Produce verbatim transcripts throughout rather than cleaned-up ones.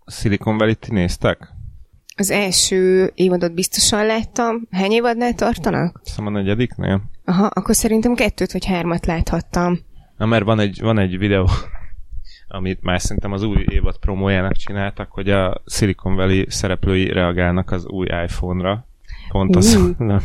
Silicon Valley-t néztek? Az első évadot biztosan láttam. Hány évadnál tartanak? Szóval a negyediknél? Aha, akkor szerintem kettőt vagy hármat láthattam. Na, mert van egy, van egy videó, amit már szerintem az új évad promójának csináltak, hogy a Silicon Valley szereplői reagálnak az új iPhone-ra. Pont az, uh.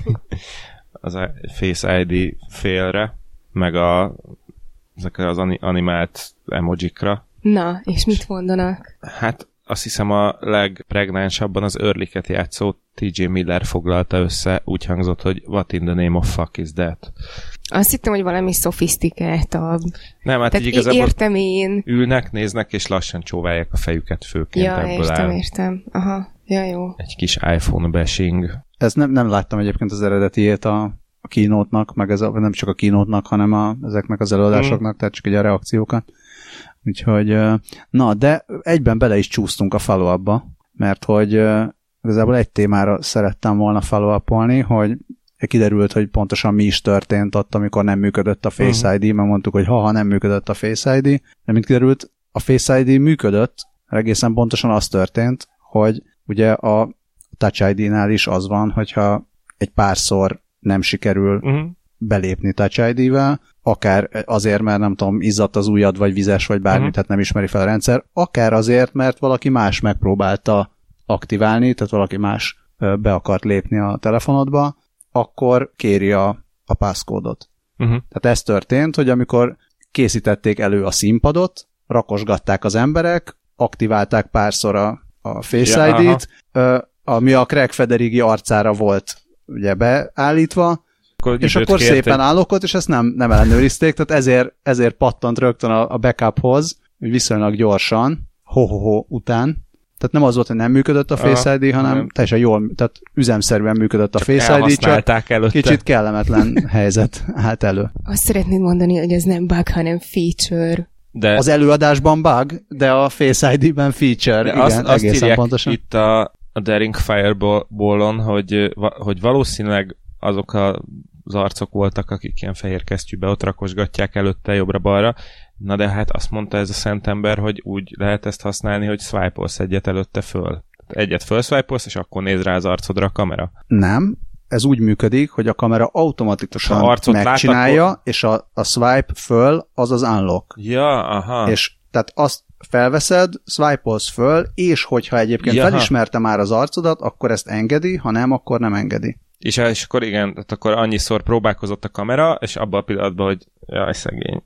az a Face i dé félre, meg a, ezekre az animált emojikra. Na, és mit mondanak? Hát azt hiszem a legpregnánsabban az Early-ket játszó té jé Miller foglalta össze, úgy hangzott, hogy what in the name of fuck is that? Azt hittem, hogy valami szofisztikáltabb. Nem, hát tehát így igazából értem én. Ülnek, néznek, és lassan csóválják a fejüket főként ja, ebből értem, áll. értem. Aha, ja, jó. Egy kis iPhone bashing. Ez nem, nem láttam egyébként az eredetiét a, a keynote-nak, meg ez a, nem csak a keynote-nak, hanem a, ezeknek az előadásoknak, mm. tehát csak egy a reakciókat. Úgyhogy, na, de egyben bele is csúsztunk a follow-upba, mert hogy igazából egy témára szerettem volna follow-upolni, hogy kiderült, hogy pontosan mi is történt ott, amikor nem működött a Face uh-huh. i dé, mert mondtuk, hogy ha nem működött a Face i dé, de mint kiderült, a Face i dé működött, egészen pontosan az történt, hogy ugye a Touch i dé-nál is az van, hogyha egy párszor nem sikerül uh-huh. belépni Touch i dé-vel, akár azért, mert nem tudom, izzadt az ujjad, vagy vizes, vagy bármit, uh-huh. tehát nem ismeri fel a rendszer, akár azért, mert valaki más megpróbálta aktiválni, tehát valaki más be akart lépni a telefonodba, akkor kéri a, a passcode-ot. Uh-huh. Tehát ez történt, hogy amikor készítették elő a színpadot, rakosgatták az emberek, aktiválták párszor a, a Face ja, i dét, aha. ami a Craig Federighi arcára volt ugye beállítva, akkor és akkor kérték. Szépen állok ott, és ezt nem, nem ellenőrizték, tehát ezért, ezért pattant rögtön a, a backuphoz, viszonylag gyorsan, ho-ho-ho után. Tehát nem az volt, hogy nem működött a Face i dé, hanem nem. teljesen jól, tehát üzemszerűen működött csak a Face i dé, csak előtte. Kicsit kellemetlen helyzet állt elő. Azt szeretnéd mondani, hogy ez nem bug, hanem feature. De az előadásban bug, de a Face i dé-ben feature. De igen, azt, azt egészen pontosan. Itt a, a Daring Fireball-on, hogy, hogy valószínűleg azok a az arcok voltak, akik ilyen fehér kesztyűbe ott rakosgatják előtte jobbra-balra. Na de hát azt mondta ez a szentember, hogy úgy lehet ezt használni, hogy swipe-olsz egyet előtte föl. Egyet fölswipe-olsz, és akkor néz rá az arcodra a kamera. Nem. Ez úgy működik, hogy a kamera automatikusan megcsinálja, lát, akkor... és a, a swipe föl az az unlock. Ja, aha. És tehát azt felveszed, swipe-olsz föl, és hogyha egyébként ja, felismerte már az arcodat, akkor ezt engedi, ha nem, akkor nem engedi. És, és akkor igen, tehát akkor annyiszor próbálkozott a kamera, és abban a pillanatban, hogy jaj, szegény.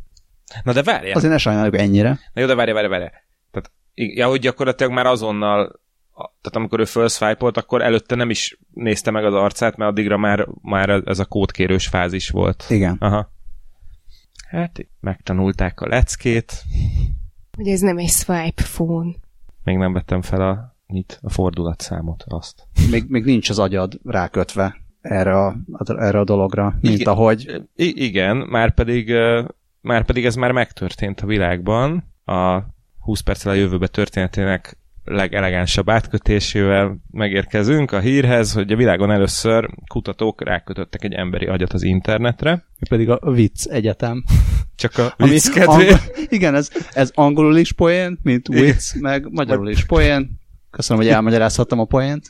Na de várjál. Azért ne sajnáljuk ennyire. Na jó, de várjál, várjál, várjál. Tehát, ja, hogy gyakorlatilag már azonnal, tehát amikor ő fölswipe-olt, akkor előtte nem is nézte meg az arcát, mert addigra már, már ez a kódkérős fázis volt. Igen. Aha. Hát, megtanulták a leckét. Hogy ez nem egy swipe phone. Még nem vettem fel a mit? A fordulatszámot, azt. Még, még nincs az agyad rákötve erre a, erre a dologra, mint igen, ahogy... I- igen, már pedig, uh, már pedig ez már megtörtént a világban. A húsz perccel a jövőbe történetének legelegánsabb átkötésével megérkezünk a hírhez, hogy a világon először kutatók rákötöttek egy emberi agyat az internetre. Pedig a vicc egyetem. Csak a vicc kedvéért. Angol... Igen, ez, ez angolul is poén, mint vicc, meg magyarul is poén. Köszönöm, hogy elmagyarázhattam a poént.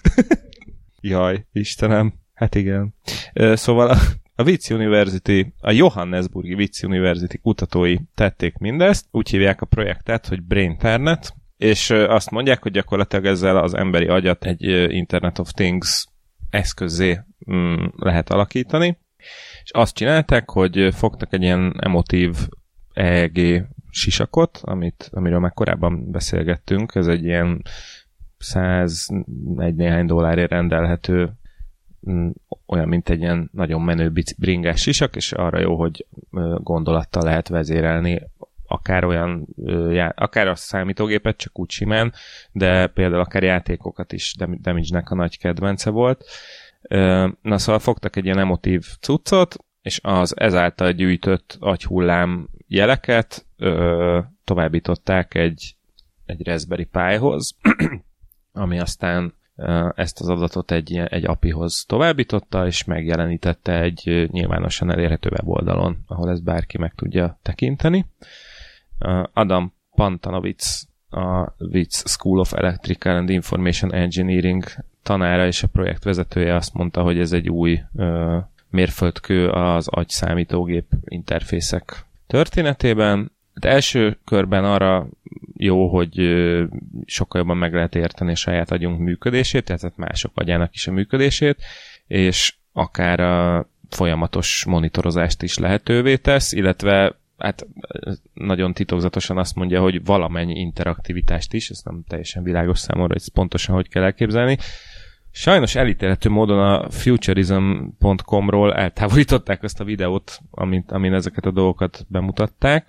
Jaj, Istenem. Hát igen. Szóval a, a Wits University, a Johannesburgi Wits University kutatói tették mindezt. Úgy hívják a projektet, hogy BrainTernet, és azt mondják, hogy gyakorlatilag ezzel az emberi agyat egy Internet of Things eszközzé mm, lehet alakítani. És azt csinálták, hogy fogtak egy ilyen emotív e e gé sisakot, amit, amiről már korábban beszélgettünk. Ez egy ilyen százegy néhány dollárért rendelhető, olyan, mint egy ilyen nagyon menő bringás sisak, és arra jó, hogy gondolattal lehet vezérelni akár olyan, akár a számítógépet, csak úgy simán, de például akár játékokat is. Damage-nek a nagy kedvence volt. Na szóval fogtak egy ilyen emotív cuccot, és az ezáltal gyűjtött agyhullám jeleket továbbították egy, egy Raspberry Pi-hoz, ami aztán ezt az adatot egy, egy á pé i-hoz továbbította, és megjelenítette egy nyilvánosan elérhető weboldalon, ahol ezt bárki meg tudja tekinteni. Adam Pantanovic a Wits School of Electrical and Information Engineering tanára és a projektvezetője azt mondta, hogy ez egy új ö, mérföldkő az agy-számítógép interfészek történetében. Hát első körben arra jó, hogy ö, sokkal jobban meg lehet érteni a saját agyunk működését, tehát mások agyának is a működését, és akár a folyamatos monitorozást is lehetővé tesz, illetve hát nagyon titokzatosan azt mondja, hogy valamennyi interaktivitást is, ez nem teljesen világos számomra, hogy pontosan hogy kell elképzelni. Sajnos elítélhető módon a futurism pont com-ról eltávolították azt a videót, amint, amin ezeket a dolgokat bemutatták,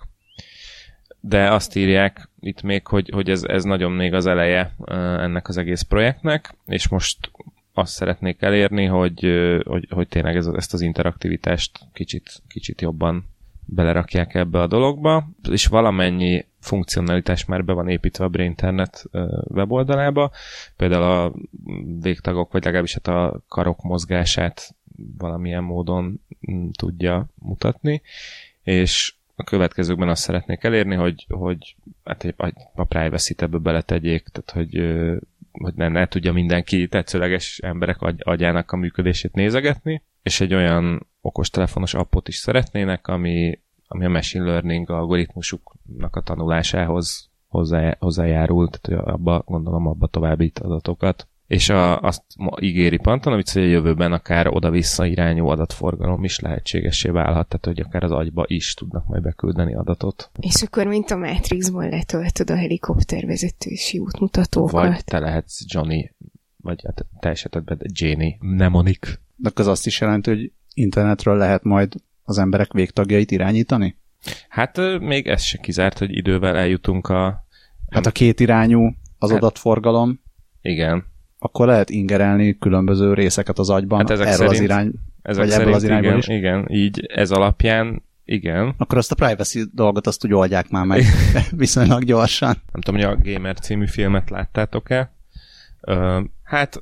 de azt írják itt még, hogy, hogy ez, ez nagyon még az eleje ennek az egész projektnek, és most azt szeretnék elérni, hogy, hogy, hogy tényleg ez, ezt az interaktivitást kicsit, kicsit jobban belerakják ebbe a dologba, és valamennyi funkcionalitás már be van építve a Brainternet weboldalába, például a végtagok, vagy legalábbis hát a karok mozgását valamilyen módon tudja mutatni, és a következőkben azt szeretnék elérni, hogy, hogy hát a privacy-t ebbe beletegyék, tehát hogy, hogy ne, ne tudja mindenki tetszőleges emberek agy, agyának a működését nézegetni, és egy olyan okostelefonos appot is szeretnének, ami, ami a machine learning algoritmusuknak a tanulásához hozzá, hozzájárul, tehát abba, gondolom abba továbbít adatokat. És a, azt ígéri Pantanovic, hogy a jövőben akár oda-vissza irányú adatforgalom is lehetségessé válhat, tehát hogy akár az agyba is tudnak majd beküldeni adatot. És akkor, mint a Matrixban letöltöd a helikoptervezetési útmutatókat. Vagy te lehetsz Johnny, vagy hát te esetedben Janie Mnemonic. De az azt is jelenti, hogy internetről lehet majd az emberek végtagjait irányítani? Hát még ez se kizárt, hogy idővel eljutunk a... Hát a két irányú az hát, adatforgalom. Igen. Akkor lehet ingerelni különböző részeket az agyban hát erről szerint, az irány, ezek vagy szerint ebből az irányból igen, is. Igen, így ez alapján igen. Akkor azt a privacy dolgot azt úgy oldják már meg viszonylag gyorsan. Nem tudom, hogy a Gamer című filmet láttátok-e? Ö, hát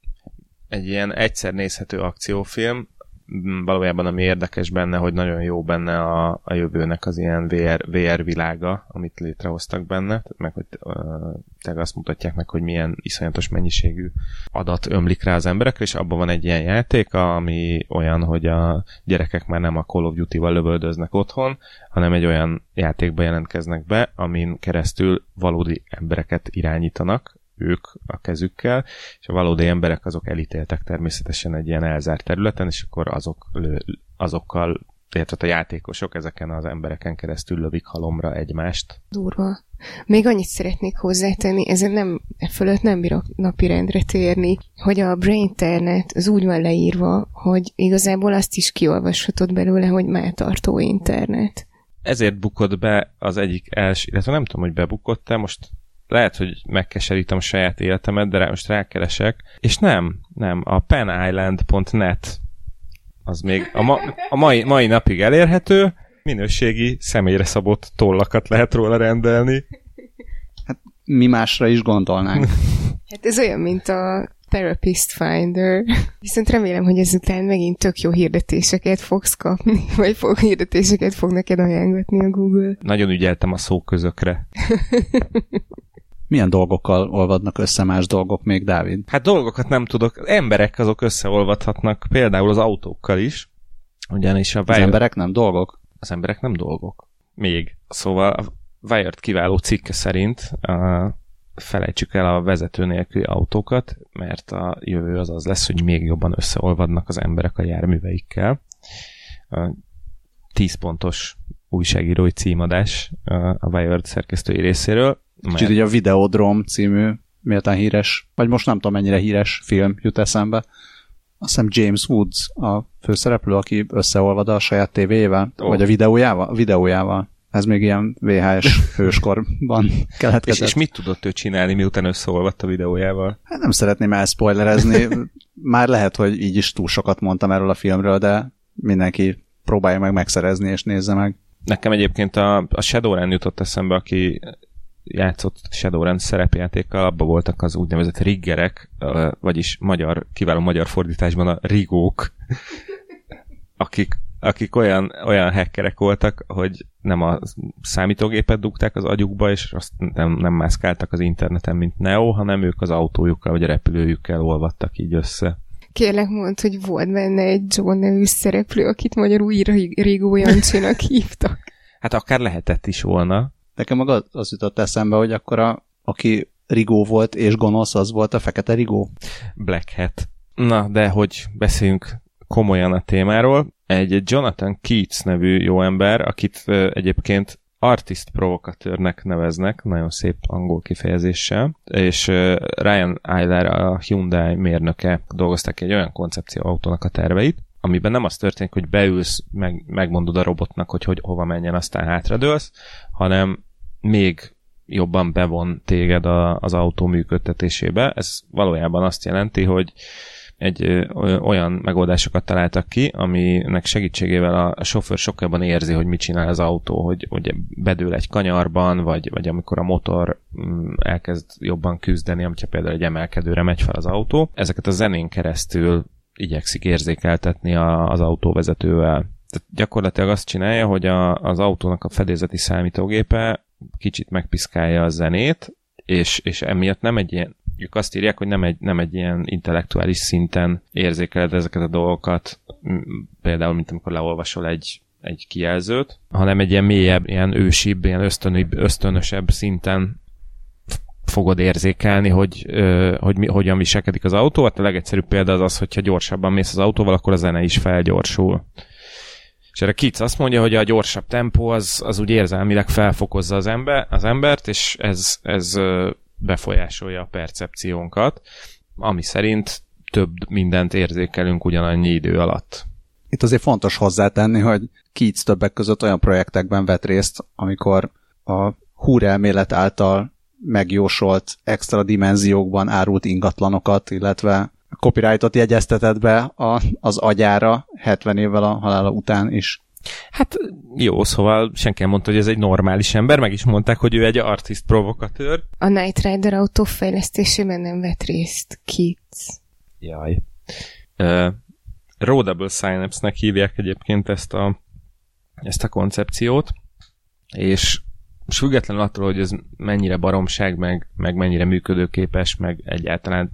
egy ilyen egyszer nézhető akciófilm, valójában ami érdekes benne, hogy nagyon jó benne a, a jövőnek az ilyen vé er, vé er világa, amit létrehoztak benne, meg hogy uh, azt mutatják meg, hogy milyen iszonyatos mennyiségű adat ömlik rá az emberekre, és abban van egy ilyen játék, ami olyan, hogy a gyerekek már nem a Call of Duty-val lövöldöznek otthon, hanem egy olyan játékba jelentkeznek be, amin keresztül valódi embereket irányítanak, ők a kezükkel, és a valódi emberek azok elítéltek természetesen egy ilyen elzárt területen, és akkor azok, azokkal, illetve a játékosok ezeken az embereken keresztül lövik halomra egymást. Durva. Még annyit szeretnék hozzátenni, ezen nem, e fölött nem bírok napirendre térni, hogy a Brainternet az úgy van leírva, hogy igazából azt is kiolvashatod belőle, hogy melltartó internet. Ezért bukott be az egyik első, illetve nem tudom, hogy bebukott-e, most lehet, hogy megkeserítem a saját életemet, de rá, most rákeresek, és nem, nem, a penisland pont net az még a, ma, a mai, mai napig elérhető, minőségi, személyre szabott tollakat lehet róla rendelni. Hát mi másra is gondolnánk. Hát ez olyan, mint a Therapist Finder. Viszont remélem, hogy ezután megint tök jó hirdetéseket fogsz kapni, vagy fog hirdetéseket fog neked ajánlgatni a Google. Nagyon ügyeltem a szóközökre. Milyen dolgokkal olvadnak össze más dolgok még, Dávid? Hát dolgokat nem tudok. Emberek azok összeolvadhatnak, például az autókkal is. Ugyanis a Wired... Az emberek nem dolgok? Az emberek nem dolgok. Még. Szóval a Wired kiváló cikke szerint uh, felejtsük el a vezető nélküli autókat, mert a jövő az az lesz, hogy még jobban összeolvadnak az emberek a járműveikkel. Uh, tíz pontos újságírói címadás uh, a Wired szerkesztői részéről. Kicsit így a Videodrome című méltán híres, vagy most nem tudom mennyire híres film jut eszembe. Azt hiszem James Woods a főszereplő, aki összeolvad a saját tévéjével, oh. vagy a videójával, a videójával. Ez még ilyen vé há es hőskorban keletkezett. És, és mit tudott ő csinálni, miután összeolvadt a videójával? Hát nem szeretném elspoilerezni. Már lehet, hogy így is túl sokat mondtam erről a filmről, de mindenki próbálja meg megszerezni és nézze meg. Nekem egyébként a, a Shadowrun jutott eszembe, aki játszott Shadowrun szerepjátékkal, abban voltak az úgynevezett riggerek, vagyis magyar, kiváló magyar fordításban a rigók, akik akik olyan, olyan hackerek voltak, hogy nem a számítógépet dugták az agyukba, és azt nem, nem mászkáltak az interneten, mint Neo, hanem ők az autójukkal, vagy a repülőjükkel olvadtak így össze. Kérlek mondd, hogy volt benne egy John nevű szereplő, akit magyarul Rigó Jancsinak hívtak. Hát akár lehetett is volna. Nekem maga az jutott eszembe, hogy akkor a, aki Rigó volt és gonosz, az volt a Fekete Rigó. Black Hat. Na, de hogy beszéljünk komolyan a témáról. Egy Jonathan Keats nevű jó ember, akit uh, egyébként artist provokatőrnek neveznek, nagyon szép angol kifejezéssel, és uh, Ryan Eyler, a Hyundai mérnöke dolgozták egy olyan koncepció autónak a terveit, amiben nem az történik, hogy beülsz, meg, megmondod a robotnak, hogy, hogy hova menjen, aztán hátradőlsz, hanem még jobban bevon téged a, az autó működtetésébe. Ez valójában azt jelenti, hogy egy ö, olyan megoldásokat találtak ki, aminek segítségével a, a sofőr sokkal jobban érzi, hogy mit csinál az autó, hogy, hogy bedől egy kanyarban, vagy, vagy amikor a motor mm, elkezd jobban küzdeni, amikor például egy emelkedőre megy fel az autó. Ezeket a zenén keresztül igyekszik érzékeltetni a, az autóvezetővel. Tehát gyakorlatilag azt csinálja, hogy a, az autónak a fedélzeti számítógépe kicsit megpiszkálja a zenét, és, és emiatt nem egy ilyen, ők azt írják, hogy nem egy, nem egy ilyen intellektuális szinten érzékeled ezeket a dolgokat, például, mint amikor leolvasol egy, egy kijelzőt, hanem egy ilyen mélyebb, ilyen ősibb, ilyen ösztönöbb, ösztönösebb szinten fogod érzékelni, hogy, ö, hogy mi, hogyan viselkedik az autó. Hát a legegyszerűbb példa az az, hogyha gyorsabban mész az autóval, akkor a zene is felgyorsul. És erre Keats azt mondja, hogy a gyorsabb tempó az, az úgy érzelmileg felfokozza az, ember, az embert, és ez, ez befolyásolja a percepciónkat, ami szerint több mindent érzékelünk ugyanannyi idő alatt. Itt azért fontos hozzátenni, hogy Keats többek között olyan projektekben vett részt, amikor a húrelmélet által megjósolt extra dimenziókban árult ingatlanokat, illetve copyrightot jegyeztetett be a, az agyára hetven évvel a halála után is. Hát jó, szóval senki nem mondta, hogy ez egy normális ember, meg is mondták, hogy ő egy artist provokatőr. A Knight Rider autó fejlesztésében nem vett részt Keats. Jaj. Uh, Roadable Synapse-nek hívják egyébként ezt a, ezt a koncepciót, és és függetlenül attól, hogy ez mennyire baromság, meg, meg mennyire működőképes, meg egyáltalán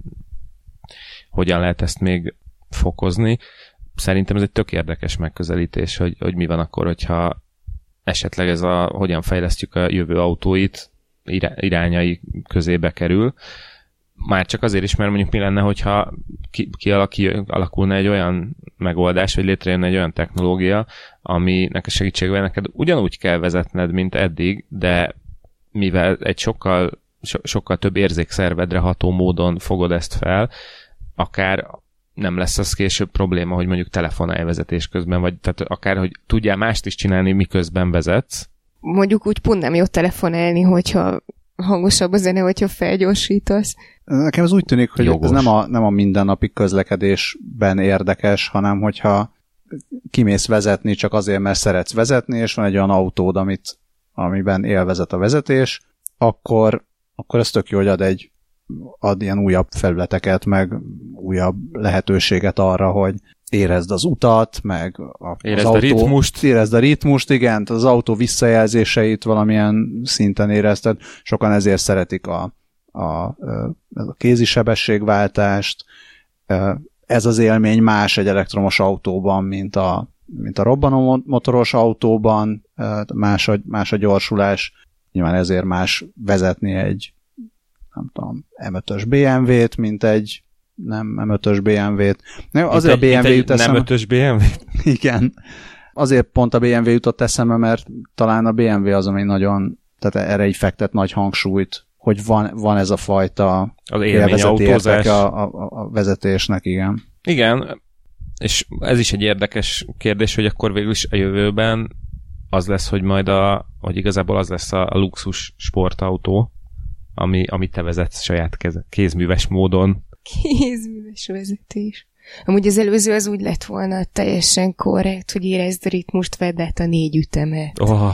hogyan lehet ezt még fokozni, szerintem ez egy tök érdekes megközelítés, hogy, hogy mi van akkor, hogyha esetleg ez a, hogyan fejlesztjük a jövő autóit irányai közébe kerül. Már csak azért is, mert mondjuk mi lenne, hogyha ki, kialakulna egy olyan megoldás, vagy létrejönne egy olyan technológia, aminek a segítségével neked ugyanúgy kell vezetned, mint eddig, de mivel egy sokkal, so, sokkal több érzékszervedre ható módon fogod ezt fel, akár nem lesz az később probléma, hogy mondjuk telefonálj vezetés közben, vagy tehát akár, hogy tudjál mást is csinálni, miközben vezetsz. Mondjuk úgy pont nem jó telefonálni, hogyha hangosabb a zene, hogyha felgyorsítasz. Nekem ez úgy tűnik, hogy Jogos. ez nem a, nem a mindennapi közlekedésben érdekes, hanem hogyha kimész vezetni csak azért, mert szeretsz vezetni, és van egy olyan autód, amit, amiben élvezet a vezetés, akkor, akkor ez tök jó, hogy ad egy ad ilyen újabb felületeket, meg újabb lehetőséget arra, hogy érezd az utat, meg a, érezd az a autó, ritmust. Érezd a ritmust, igen, az autó visszajelzéseit valamilyen szinten érezted. Sokan ezért szeretik a, a, a kézisebességváltást. Ez az élmény más egy elektromos autóban, mint a, mint a robbanó motoros autóban, más a, más a gyorsulás. Nyilván ezért más vezetni egy nem tudom, em ötös bé em vét, mint egy nem em ötös bé em vét. Nem, azért egy, a bé em vé jut eszembe. Nem ötös bé em vé? Igen. Azért pont a bé em vé jutott eszembe, mert talán a bé em vé az, ami nagyon, tehát erre így fektet nagy hangsúlyt, hogy van, van ez a fajta az élmény autózás a, a, a vezetésnek, igen. Igen, és ez is egy érdekes kérdés, hogy akkor végül is a jövőben az lesz, hogy majd a, hogy igazából az lesz a, a luxus sportautó, ami, amit te vezetsz saját kez, kézműves módon. Kézműves vezetés. Amúgy az előző az úgy lett volna teljesen korrekt, hogy érezd a ritmust, vedd át a négy ütemet. Oh,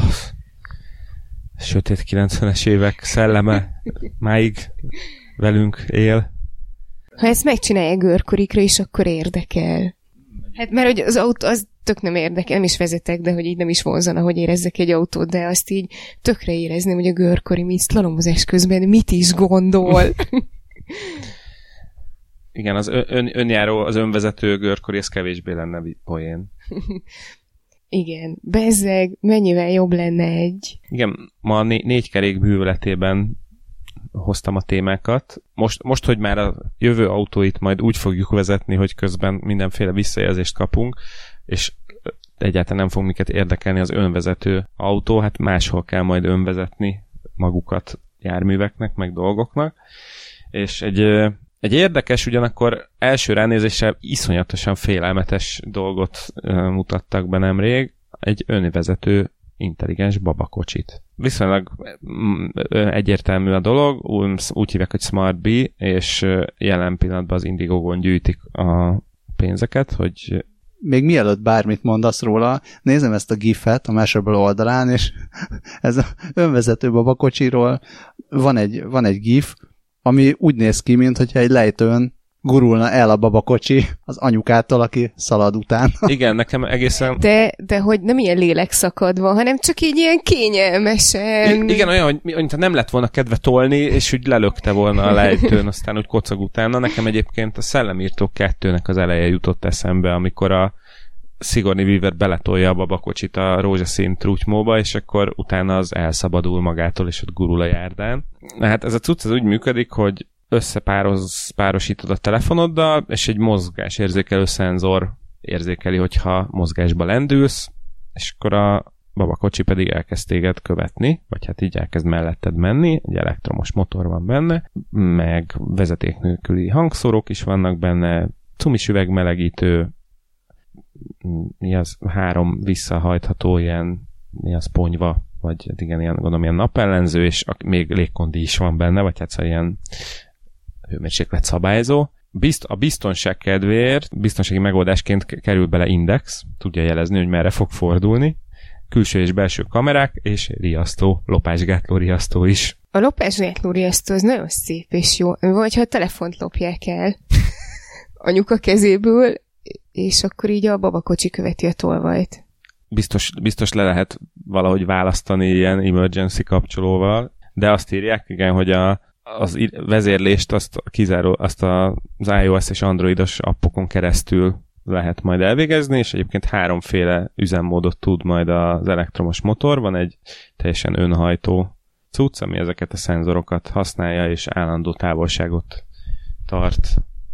sötét kilencvenes évek szelleme máig velünk él. Ha ezt megcsinálja görkorikra is, akkor érdekel. Hát mert hogy az autó, az tök nem érdekel, nem is vezetek, de hogy így nem is vonzana, hogy érezzek egy autót, de azt így tökre érezném, hogy a görkori mi szlalomozás közben mit is gondol. Igen, az ön, önjáró, az önvezető görkori, ez kevésbé lenne poén. Igen, bezzeg, mennyivel jobb lenne egy. Igen, ma a né- négy kerék műveletében hoztam a témákat. Most, most, hogy már a jövő autóit majd úgy fogjuk vezetni, hogy közben mindenféle visszajelzést kapunk, és egyáltalán nem fog minket érdekelni az önvezető autó, hát máshol kell majd önvezetni magukat járműveknek, meg dolgoknak. És egy, egy érdekes, ugyanakkor első ránézésre iszonyatosan félelmetes dolgot mutattak be nemrég, egy önvezető intelligens babakocsit. Viszonylag egyértelmű a dolog, úgy hívják, hogy Smart Bee, és jelen pillanatban az Indiegogon gyűjtik a pénzeket, hogy még mielőtt bármit mondasz róla, nézem ezt a gifet a Mashable oldalán, és ez a önvezető babakocsiról van egy, van egy gif, ami úgy néz ki, mintha egy lejtőn gurulna el a babakocsi az anyukától, aki szalad után. Igen, nekem egészen... De, de hogy nem ilyen lélekszakadva, hanem csak így ilyen kényelmesen. I- igen, olyan, hogy mintha nem lett volna kedve tolni, és úgy lelökte volna a lejtőn, aztán úgy kocog utána. Nekem egyébként a Szellemírtók kettőnek az eleje jutott eszembe, amikor a Sigourney Weaver beletolja a babakocsit a rózsaszín trutymóba, és akkor utána az elszabadul magától, és ott gurul a járdán. Hát ez a cucc az úgy működik, hogy összepároz, párosítod a telefonoddal, és egy mozgásérzékelő szenzor érzékeli, hogyha mozgásba lendülsz, és akkor a babakocsi pedig elkezd téged követni, vagy hát így elkezd melletted menni, egy elektromos motor van benne, meg vezeték nélküli hangszórók is vannak benne, cumis üvegmelegítő, mi az, három visszahajtható ilyen, mi az, ponyva, vagy igen, ilyen, gondolom, ilyen napellenző, és még légkondi is van benne, vagy hát szóval ilyen hőmérséklet szabályzó. Bizt, a biztonság kedvéért biztonsági megoldásként kerül bele index, tudja jelezni, hogy merre fog fordulni, külső és belső kamerák, és riasztó, lopásgátló riasztó is. A lopásgátló riasztó az nagyon szép és jó, vagy ha a telefont lopják el anyuka kezéből, és akkor így a babakocsi követi a tolvajt. Biztos, biztos le lehet valahogy választani ilyen emergency kapcsolóval, de azt írják, igen, hogy a, az vezérlést azt, kizáró, azt a, az iOS és androidos appokon keresztül lehet majd elvégezni, és egyébként háromféle üzemmódot tud majd az elektromos motor. Van egy teljesen önhajtó cucc, ami ezeket a szenzorokat használja, és állandó távolságot tart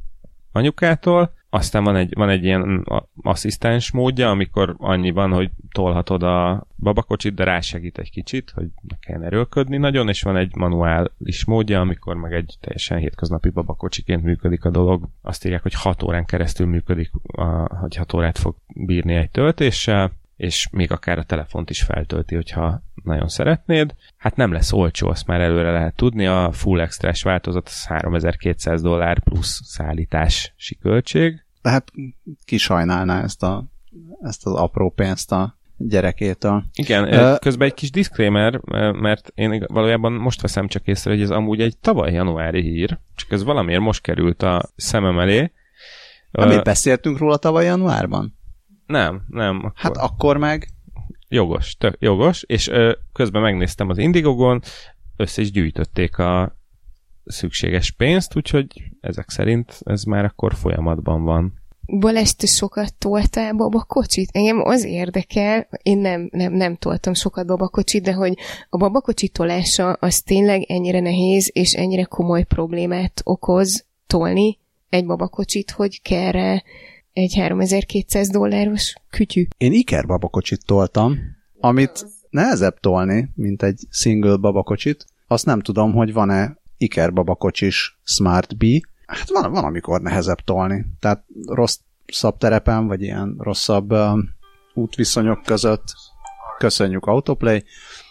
anyukától. Aztán van egy, van egy ilyen asszisztens módja, amikor annyi van, hogy tolhatod a babakocsit, de rásegít egy kicsit, hogy ne kelljen erőlködni nagyon, és van egy manuális módja, amikor meg egy teljesen hétköznapi babakocsiként működik a dolog. Azt írják, hogy hat órán keresztül működik, a, hogy hat órát fog bírni egy töltéssel, és még akár a telefont is feltölti, hogyha nagyon szeretnéd. Hát nem lesz olcsó, azt már előre lehet tudni, a full extrás változat az háromezer-kétszáz dollár plusz szállítási költség. Tehát ki sajnálná ezt, a, ezt az apró pénzt a gyerekétől. Igen, uh, közben egy kis disclaimer, mert én valójában most veszem csak észre, hogy ez amúgy egy tavaly januári hír, csak ez valamiért most került a szemem elé. Nem, uh, beszéltünk róla tavaly januárban? Nem, nem. Akkor... Hát akkor meg... Jogos, tök jogos, és ö, közben megnéztem az Indiegogon, össze is gyűjtötték a szükséges pénzt, úgyhogy ezek szerint ez már akkor folyamatban van. Balázs, te sokat toltál babakocsit? Engem az érdekel, én nem, nem, nem toltam sokat babakocsit, de hogy a babakocsi tolása az tényleg ennyire nehéz, és ennyire komoly problémát okoz tolni egy babakocsit, hogy kell rá egy háromezer-kétszáz dolláros kütyű. Én Iker babakocsit toltam, amit nehezebb tolni, mint egy single babakocsit. Azt nem tudom, hogy van-e Iker babakocsis Smart Bee. Hát van, van, amikor nehezebb tolni. Tehát rosszabb terepen, vagy ilyen rosszabb uh, útviszonyok között köszönjük Autoplay,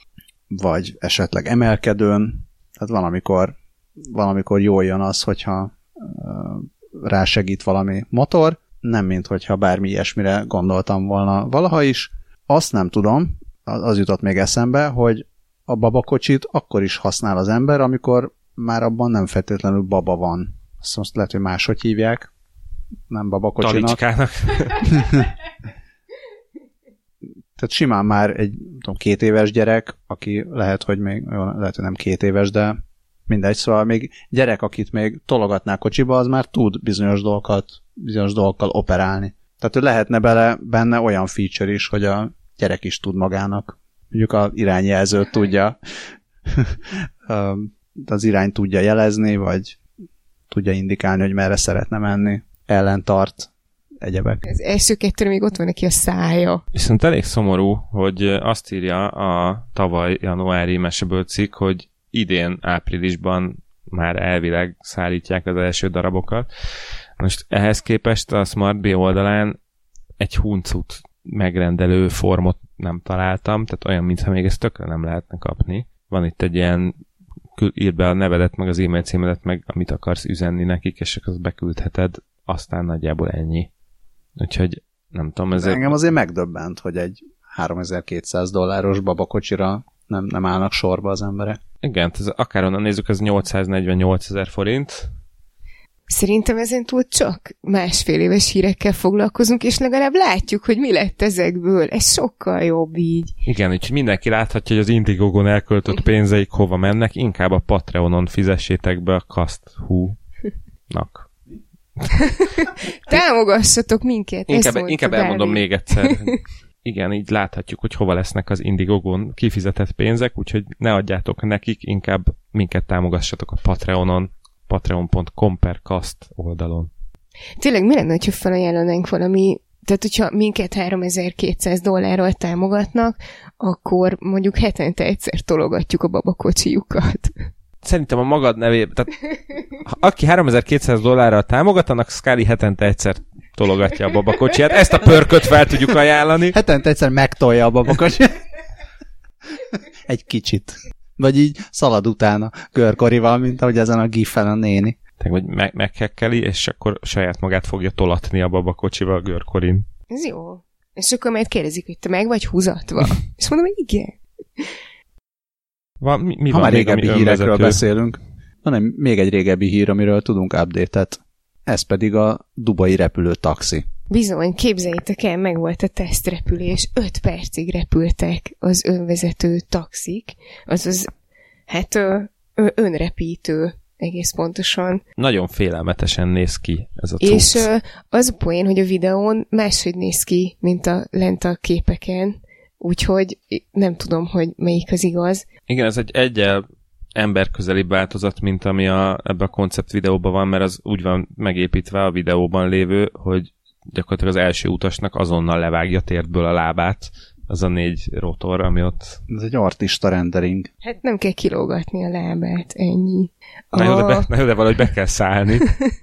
vagy esetleg emelkedőn. Tehát van, amikor, van, amikor jól jön az, hogyha uh, rásegít valami motor, nem mint hogyha bármi ilyesmire gondoltam volna valaha is. Azt nem tudom, az jutott még eszembe, hogy a babakocsit akkor is használ az ember, amikor már abban nem feltétlenül baba van. Azt most lehet, hogy máshogy hívják, nem babakocsinak. Talicskának. Tehát simán már egy tudom, két éves gyerek, aki lehet, hogy még, lehet, hogy nem két éves, de mindegy, szóval még gyerek, akit még tologatná kocsiba, az már tud bizonyos dolgokat, bizonyos dolgokkal operálni. Tehát ő lehetne bele, benne olyan feature is, hogy a gyerek is tud magának. Mondjuk az irányjelzőt tudja, az irányt tudja jelezni, vagy tudja indikálni, hogy merre szeretne menni, ellentart, egyebek. Az első kettőre még ott van neki a szája. Viszont elég szomorú, hogy azt írja a tavaly januári meseből cikk, hogy idén áprilisban már elvileg szállítják az első darabokat. Most ehhez képest a SmartB oldalán egy huncut megrendelő formot nem találtam, tehát olyan, mintha még ezt tökre nem lehetne kapni. Van itt egy ilyen, írd be a nevedet, meg az e-mail címedet, meg amit akarsz üzenni nekik, és azt beküldheted, aztán nagyjából ennyi. Úgyhogy nem tudom, ez... Engem azért megdöbbent, hogy egy háromezer-kétszáz dolláros babakocsira nem, nem állnak sorba az emberek. Igen, ez, akárhonnan nézzük, ez nyolcszáznegyvennyolcezer forint. Szerintem ezen túl csak másfél éves hírekkel foglalkozunk, és legalább látjuk, hogy mi lett ezekből. Ez sokkal jobb így. Igen, úgyhogy mindenki láthatja, hogy az Indiegogon elköltött pénzeik hova mennek, inkább a Patreonon fizessétek be a Kast.hu-nak. Támogassatok minket. Inkább, inkább elmondom még egyszer. Igen, így láthatjuk, hogy hova lesznek az Indiegogon kifizetett pénzek, úgyhogy ne adjátok nekik, inkább minket támogassatok a Patreonon, patreon pont com per kast oldalon. Tényleg mi lenne, hogyha felajánlanánk valami, tehát hogyha minket háromezer-kétszáz dollárral támogatnak, akkor mondjuk hetente egyszer tologatjuk a babakocsijukat. Szerintem a magad nevében, tehát aki háromezer-kétszáz dollárral támogat, annak Scully hetente egyszer tologatja a babakocsiját. Ezt a pörköt fel tudjuk ajánlani. Hetente egyszer megtolja a babakocsiját. Egy kicsit. Vagy így szalad utána görkorival, mint ahogy ezen a gif-en a néni. Tehát, vagy me- meghekkeli, és akkor saját magát fogja tolatni a babakocsival a görkorin. Ez jó. És akkor majd kérdezik, hogy te meg vagy húzatva. És mondom, hogy igen. Van, mi, mi ha van már még, régebbi ami hírekről önvezető? beszélünk, van még egy régebbi hír, amiről tudunk update-et. Ez pedig a dubai repülő taxi. Bizony, képzeljétek el, meg volt a tesztrepülés, öt percig repültek az önvezető taxik, azaz, hát ö, ö, önrepítő, egész pontosan. Nagyon félelmetesen néz ki ez a cucc. És ö, az a poén, hogy a videón máshogy néz ki, mint a lent a képeken, úgyhogy nem tudom, hogy melyik az igaz. Igen, ez egy egyel emberközeli változat, mint ami a, ebben a koncept videóban van, mert az úgy van megépítve a videóban lévő, hogy gyakorlatilag az első utasnak azonnal levágja tértből a lábát, az a négy rotor, ami ott... Ez egy artista rendering. Hát nem kell kilógatni a lábát, ennyi. Na jó, de, A... be, na jó, de valahogy be kell szállni.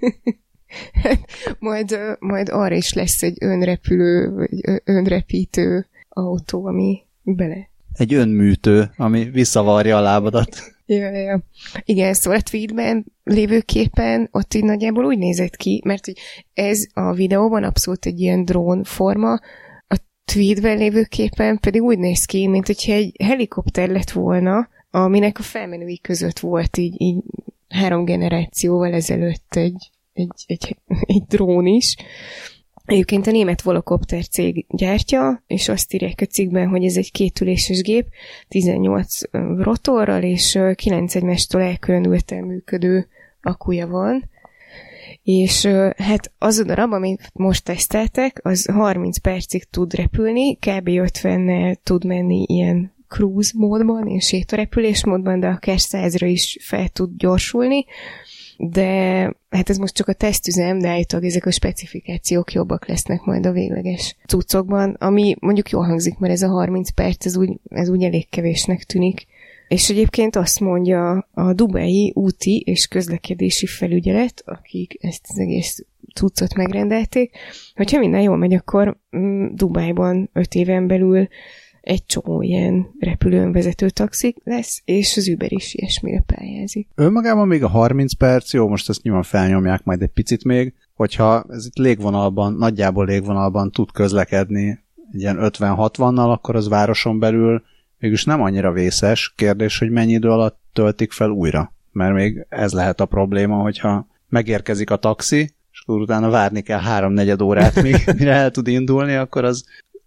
majd, majd arra is lesz egy önrepülő, vagy önrepítő autó, ami bele. Egy önműtő, ami visszavarja a lábadat. Ja, ja. Igen, szóval a tweetben lévő képen ott így nagyjából úgy nézett ki, mert hogy ez a videóban abszolút egy ilyen drón forma, a tweetben lévő képen pedig úgy néz ki, mint hogyha egy helikopter lett volna, aminek a felmenői között volt így, így három generációval ezelőtt egy, egy, egy, egy drón is. Egyébként a német Volocopter cég gyártja, és azt írják a cikkben, hogy ez egy kétüléses gép, tizennyolc rotorral, és kilenc egymástól elkülönülten működő akkuja van. És hát az a darab, amit most teszteltek, az harminc percig tud repülni, kb. ötvennel tud menni ilyen cruise módban, ilyen sétarepülés módban, de akár százra is fel tud gyorsulni. De hát ez most csak a tesztüzem, de állítólag ezek a specifikációk jobbak lesznek majd a végleges cuccokban, ami mondjuk jól hangzik, mert ez a harminc perc, ez úgy, ez úgy elég kevésnek tűnik. És egyébként azt mondja a Dubai úti és közlekedési felügyelet, akik ezt az egész cuccot megrendelték, hogyha minden jól megy, akkor mm, Dubájban öt éven belül egy csomó ilyen repülőn vezető taxik lesz, és az Uber is ilyesmire pályázik. Önmagában még a harminc perc, jó, most ezt nyilván felnyomják majd egy picit még, hogyha ez itt légvonalban, nagyjából légvonalban tud közlekedni egy ilyen ötven-hatvannal, akkor az városon belül mégis nem annyira vészes. Kérdés, hogy mennyi idő alatt töltik fel újra. Mert még ez lehet a probléma, hogyha megérkezik a taxi, és akkor utána várni kell háromnegyed órát, míg mire el tud indulni, akkor az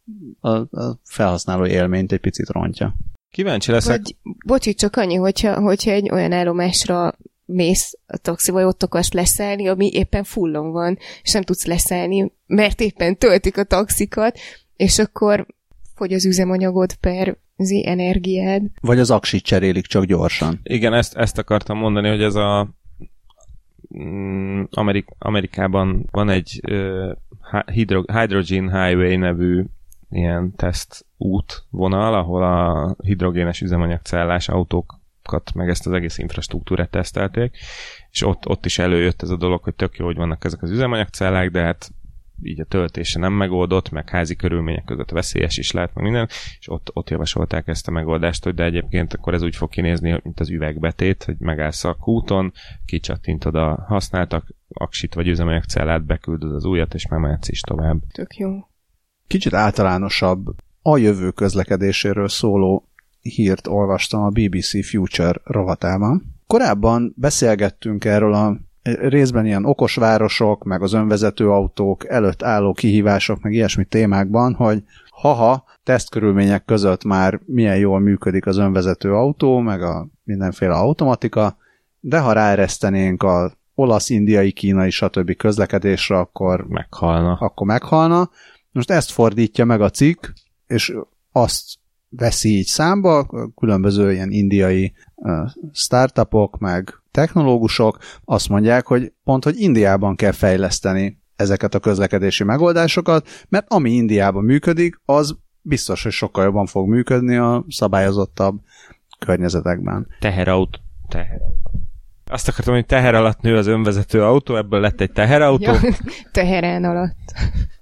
a, a felhasználó élményt egy picit rontja. Kíváncsi leszek. Vagy, bocsi, csak annyi, hogyha, hogyha egy olyan állomásra mész a taxival, ott akarsz leszállni, ami éppen fullon van, és nem tudsz leszállni, mert éppen töltik a taxikat, és akkor fogy az üzemanyagod per az energiád. Vagy az aksit cserélik csak gyorsan. Igen, ezt, ezt akartam mondani, hogy ez a mm, Amerik, Amerikában van egy uh, hydro, Hydrogen Highway nevű ilyen teszt útvonal, ahol a hidrogénes üzemanyagcellás autókat, meg ezt az egész infrastruktúrát tesztelték, és ott, ott is előjött ez a dolog, hogy tök jó, hogy vannak ezek az üzemanyagcellák, de hát így a töltése nem megoldott, meg házi körülmények között veszélyes is lehet, meg minden, és ott, ott javasolták ezt a megoldást, hogy de egyébként akkor ez úgy fog kinézni, mint az üvegbetét, hogy megállsz a kúton, kicsattintod a használtak aksit vagy üzemanyagcellát, beküldöd az újat, és mehetsz is tovább. Tök jó. Kicsit általánosabb a jövő közlekedéséről szóló hírt olvastam a bé bé cé Future rovatában. Korábban beszélgettünk erről a részben ilyen okos városok, meg az önvezető autók előtt álló kihívások, meg ilyesmi témákban, hogy haha, tesztkörülmények között már milyen jól működik az önvezető autó, meg a mindenféle automatika, de ha ráeresztenénk az olasz, indiai, kínai, stb. Közlekedésre, akkor meghalna. Akkor meghalna. Most ezt fordítja meg a cikk, és azt veszi így számba, különböző ilyen indiai uh, startupok, meg technológusok azt mondják, hogy pont, hogy Indiában kell fejleszteni ezeket a közlekedési megoldásokat, mert ami Indiában működik, az biztos, hogy sokkal jobban fog működni a szabályozottabb környezetekben. Teherautó. Teherautó. Azt akartam, hogy teher alatt nő az önvezető autó, ebből lett egy teherautó. Ja, teheren alatt.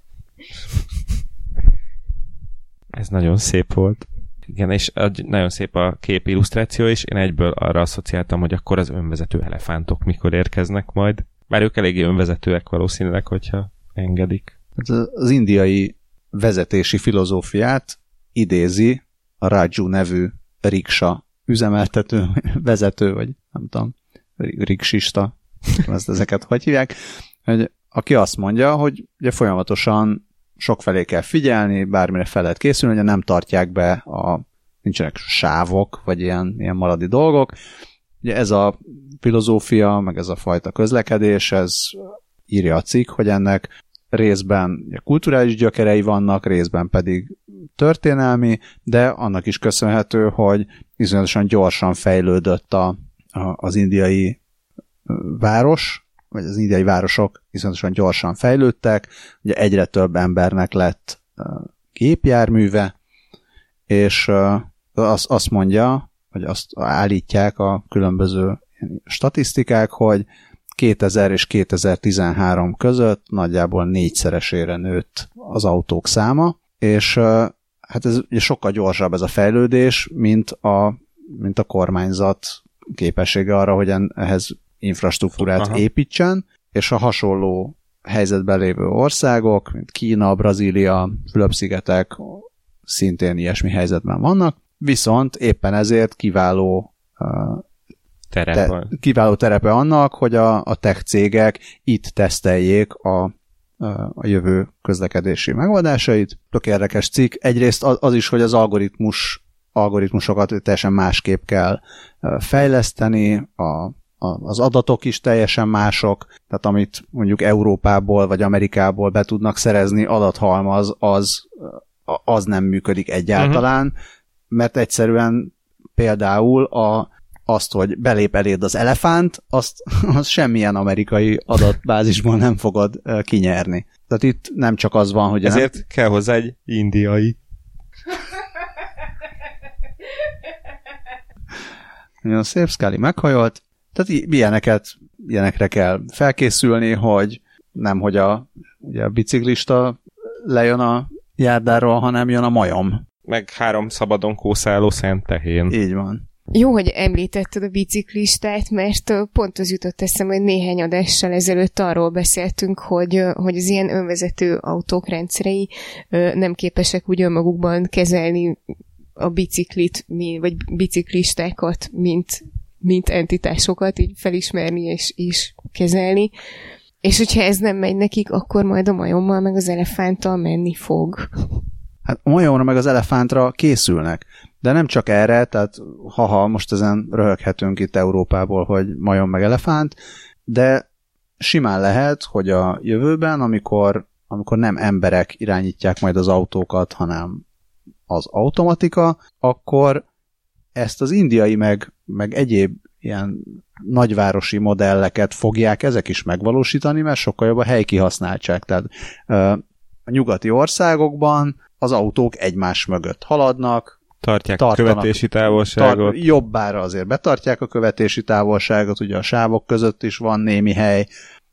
Ez nagyon szép volt. Igen, és nagyon szép a kép illusztráció is. Én egyből arra asszociáltam, hogy akkor az önvezető elefántok mikor érkeznek majd. Bár ők eléggé önvezetőek valószínűleg, hogyha engedik. Az indiai vezetési filozófiát idézi a Raju nevű riksa üzemeltető, vezető, vagy nem tudom, riksista, ezt ezeket hogy hívják, hogy aki azt mondja, hogy ugye folyamatosan sokfelé kell figyelni, bármire fel lehet készülni, hogy nem tartják be a nincsenek sávok, vagy ilyen, ilyen maradi dolgok. Ugye ez a filozófia, meg ez a fajta közlekedés, ez írja a cikk, hogy ennek részben ugye, kulturális gyökerei vannak, részben pedig történelmi, de annak is köszönhető, hogy iszonyatosan gyorsan fejlődött a, a, az indiai város, vagy az indiai városok iszonyatosan gyorsan fejlődtek, ugye egyre több embernek lett gépjárműve, és azt, azt mondja, hogy azt állítják a különböző statisztikák, hogy kétezer és kétezer-tizenhárom között nagyjából négyszeresére nőtt az autók száma, és hát ez ugye sokkal gyorsabb ez a fejlődés, mint a, mint a kormányzat képessége arra, hogy ehhez infrastruktúrát Aha. építsen, és a hasonló helyzetben lévő országok, mint Kína, Brazília, Fülöp-szigetek szintén ilyesmi helyzetben vannak, viszont éppen ezért kiváló uh, Terep te, kiváló terepe annak, hogy a, a tech cégek itt teszteljék a, a jövő közlekedési megoldásait. Tök érdekes cikk. Egyrészt az, az is, hogy az algoritmus, algoritmusokat teljesen másképp kell fejleszteni, a az adatok is teljesen mások, tehát amit mondjuk Európából vagy Amerikából be tudnak szerezni adathalmaz, az, az nem működik egyáltalán, uh-huh. mert egyszerűen például a, azt, hogy belép eléd az elefánt, azt, azt semmilyen amerikai adatbázisból nem fogod kinyerni. Tehát itt nem csak az van, hogy... Ezért nem... kell hozzá egy indiai. Nagyon szép, Scully meghajolt. Tehát ilyeneket, ilyenekre kell felkészülni, hogy nem, hogy a, ugye a biciklista lejön a járdáról, hanem jön a majom. Meg három szabadon kószáló szent tehén. Így van. Jó, hogy említetted a biciklistát, mert pont az jutott eszembe, hogy néhány adással ezelőtt arról beszéltünk, hogy, hogy az ilyen önvezető autók rendszerei nem képesek úgy önmagukban kezelni a biciklit, vagy biciklistákat, mint mint entitásokat így felismerni és, és kezelni. És hogyha ez nem megy nekik, akkor majd a majommal meg az elefánttal menni fog. Hát a majomra meg az elefántra készülnek. De nem csak erre, tehát haha, most ezen röhöghetünk itt Európából, hogy majom meg elefánt, de simán lehet, hogy a jövőben, amikor, amikor nem emberek irányítják majd az autókat, hanem az automatika, akkor ezt az indiai meg, meg egyéb ilyen nagyvárosi modelleket fogják ezek is megvalósítani, mert sokkal jobb a helykihasználtság. Tehát a nyugati országokban az autók egymás mögött haladnak, tartják tartanak, a követési távolságot. Tar- jobbára azért betartják a követési távolságot, ugye a sávok között is van némi hely.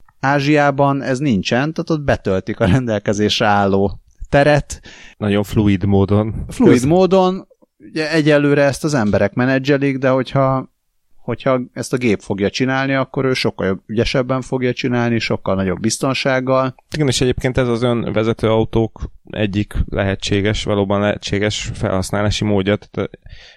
Ázsiában ez nincsen, tehát ott betöltik a rendelkezésre álló teret. Nagyon fluid módon. Fluid Köz... módon, ugye egyelőre ezt az emberek menedzselik, de hogyha, hogyha ezt a gép fogja csinálni, akkor ő sokkal ügyesebben fogja csinálni, sokkal nagyobb biztonsággal. Igen, és egyébként ez az önvezető autók egyik lehetséges, valóban lehetséges felhasználási módja. Tehát,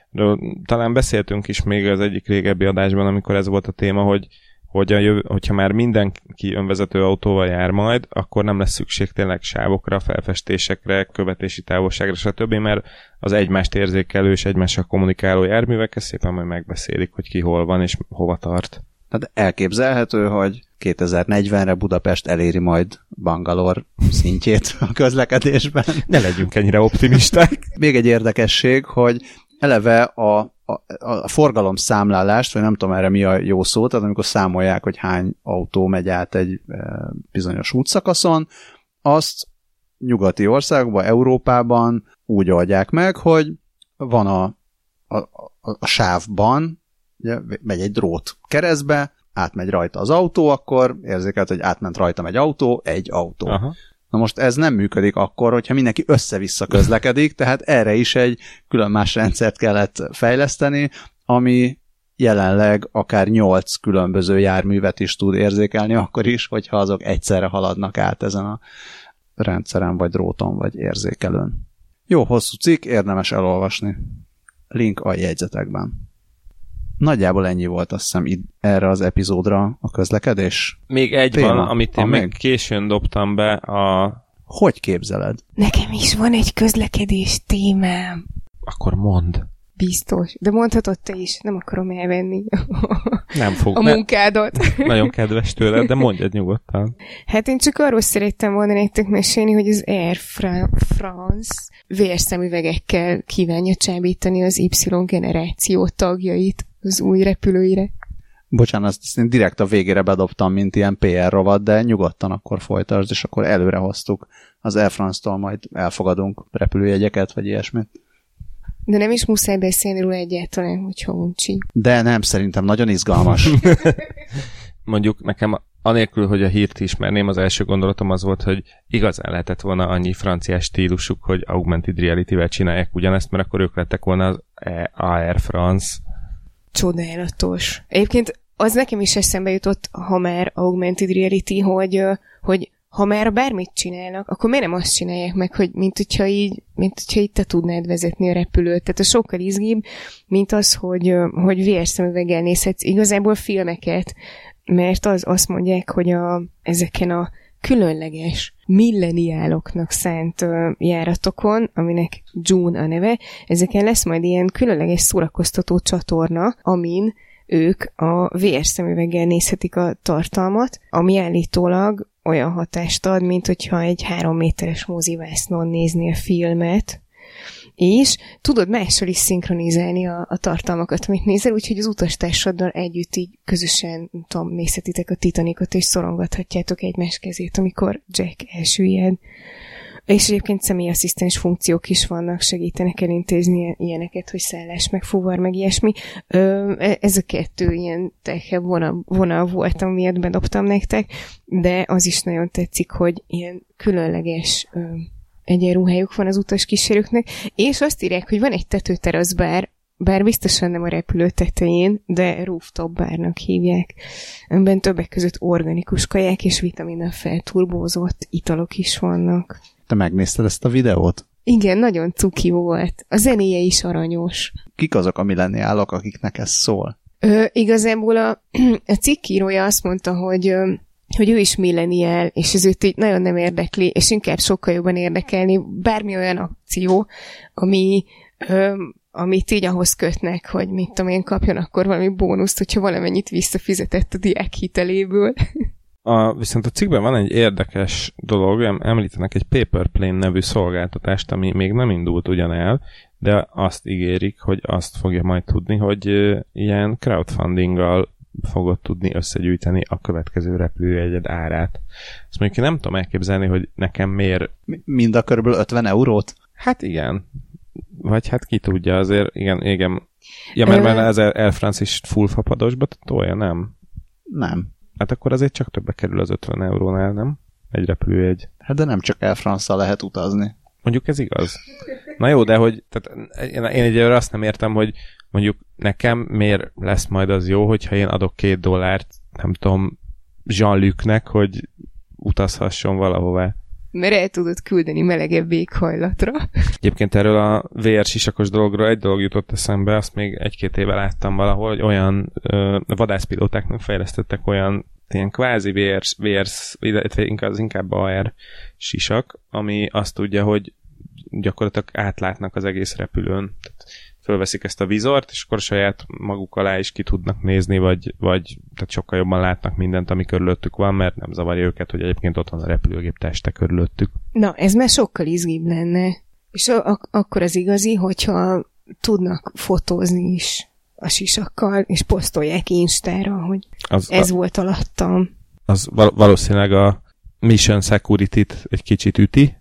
talán beszéltünk is még az egyik régebbi adásban, amikor ez volt a téma, hogy hogy a jövő, hogyha már mindenki önvezető autóval jár majd, akkor nem lesz szükség tényleg sávokra, felfestésekre, követési távolságra, stb., mert az egymást érzékelő és egymással kommunikáló járművek ezt szépen majd megbeszélik, hogy ki hol van és hova tart. Tehát elképzelhető, hogy kétezer-negyvenre Budapest eléri majd Bangalore szintjét a közlekedésben. Ne legyünk ennyire optimisták. Még egy érdekesség, hogy eleve a A, a forgalomszámlálást, vagy nem tudom erre mi a jó szó, tehát amikor számolják, hogy hány autó megy át egy e, bizonyos útszakaszon, azt nyugati országokban, Európában úgy oldják meg, hogy van a, a, a, a sávban, ugye, megy egy drót keresztbe, átmegy rajta az autó, akkor érzékelt, hogy átment rajtam egy autó, egy autó. Aha. Na most ez nem működik akkor, hogyha mindenki össze-vissza közlekedik, tehát erre is egy külön más rendszert kellett fejleszteni, ami jelenleg akár nyolc különböző járművet is tud érzékelni, akkor is, hogyha azok egyszerre haladnak át ezen a rendszeren, vagy dróton, vagy érzékelőn. Jó hosszú cikk, érdemes elolvasni. Link a jegyzetekben. Nagyjából ennyi volt, azt hiszem, itt erre az epizódra a közlekedés. Még egy téma. van, amit én ha még meg későn dobtam be a... Hogy képzeled? Nekem is van egy közlekedés témám. Akkor mondd. Biztos. De mondhatod te is, nem akarom elvenni Nem fog. a Ne, munkádat. nagyon kedves tőled, de mondjad nyugodtan. Hát én csak arról szerettem volna nektek mesélni, hogy az Air Fra- France vérszemüvegekkel kívánja csábítani az Y generáció tagjait az új repülőire. Bocsánat, azt én direkt a végére bedobtam, mint ilyen pé er rovat, de nyugodtan akkor folytasd, és akkor előre hoztuk. Az Air France-tól majd elfogadunk repülőjegyeket, vagy ilyesmit. De nem is muszáj beszélni róla egyáltalán, hogyha uncsi. De nem, szerintem nagyon izgalmas. Mondjuk nekem anélkül, hogy a hírt ismerném, az első gondolatom az volt, hogy igazán lehetett volna annyi franciás stílusuk, hogy augmented reality-vel csinálják ugyanezt, mert akkor ők lettek volna az Air France. Csodálatos. Egyébként az nekem is eszembe jutott, ha már augmented reality, hogy, hogy ha már bármit csinálnak, akkor miért nem azt csinálják meg, hogy mint hogyha így, mint hogyha így te tudnád vezetni a repülőt. Tehát a sokkal izgibb, mint az, hogy, hogy vé er szemüveggel nézhetsz igazából filmeket, mert az azt mondják, hogy a, ezeken a különleges milleniáloknak szánt uh, járatokon, aminek June a neve, ezeken lesz majd ilyen különleges szórakoztató csatorna, amin ők a vé er szemüveggel nézhetik a tartalmat, ami állítólag olyan hatást ad, mint hogyha egy három méteres mozivásznon néznél filmet, és tudod mással is szinkronizálni a, a tartalmakat, amit nézel, úgyhogy az utastársaddal együtt így közösen, nem tudom, nézhetitek a Titanicot, és szorongathatjátok egymás kezét, amikor Jack elsüllyed. És egyébként személyasszisztens funkciók is vannak, segítenek elintézni ilyeneket, hogy szállás, meg fuvar, meg ilyesmi. Ö, ez a kettő ilyen telkebb vonal, vonal volt, amiért bedobtam nektek, de az is nagyon tetszik, hogy ilyen különleges ö, egyenruhájuk van az utas kísérőknek, és azt írják, hogy van egy tetőterasz bár, bár biztosan nem a repülő tetején, de rooftop bárnak hívják. Amiben többek között organikus kaják és vitaminnal felturbózott italok is vannak. Te megnézted ezt a videót? Igen, nagyon cuki volt. A zenéje is aranyos. Kik azok a milleniálok, akiknek ez szól? Ö, igazából a, a cikkírója azt mondta, hogy, ö, hogy ő is millenial, és ez őt így nagyon nem érdekli, és inkább sokkal jobban érdekelni bármi olyan akció, ami, ö, amit így ahhoz kötnek, hogy mit tudom én, kapjon akkor valami bónuszt, hogyha valamennyit visszafizetett a diák hiteléből. A, viszont a cikkben van egy érdekes dolog, említenek egy Paperplane nevű szolgáltatást, ami még nem indult ugyan el, de azt ígérik, hogy azt fogja majd tudni, hogy uh, ilyen crowdfundinggal fogod tudni összegyűjteni a következő repülőjegyed árát. Azt mondjuk én nem tudom elképzelni, hogy nekem miért... Mind a körülbelül ötven eurót? Hát igen. Vagy hát ki tudja, azért igen, igen. Ja, mert már ez Air France is full fapadosba tolja, nem? Nem. Hát akkor azért csak többe kerül az ötven eurónál, nem? Egy repülőjegy. Hát de nem csak Air France-szal lehet utazni. Mondjuk ez igaz. Na jó, de hogy tehát én, én egyelőre azt nem értem, hogy mondjuk nekem miért lesz majd az jó, hogyha én adok két dollárt, nem tudom, Jean-Lucnek, hogy utazhasson valahová. Mert el tudod küldeni melegebb éghajlatra. Egyébként erről a vé er sisakos dologról egy dolog jutott eszembe, azt még egy-két éve láttam valahol, hogy olyan ö, vadászpilótáknak fejlesztettek olyan ilyen kvázi vé er, vé er, az inkább á er sisak, ami azt tudja, hogy gyakorlatilag átlátnak az egész repülőn. Tehát fölveszik ezt a vizort, és akkor saját maguk alá is ki tudnak nézni, vagy, vagy tehát sokkal jobban látnak mindent, ami körülöttük van, mert nem zavarja őket, hogy egyébként ott van a repülőgép teste körülöttük. Na, ez már sokkal izgibb lenne. És ak- akkor az igazi, hogyha tudnak fotózni is a sisakkal, és posztolják Instára, hogy az ez a, volt alattam. Az val- valószínűleg a Mission Security-t egy kicsit üti,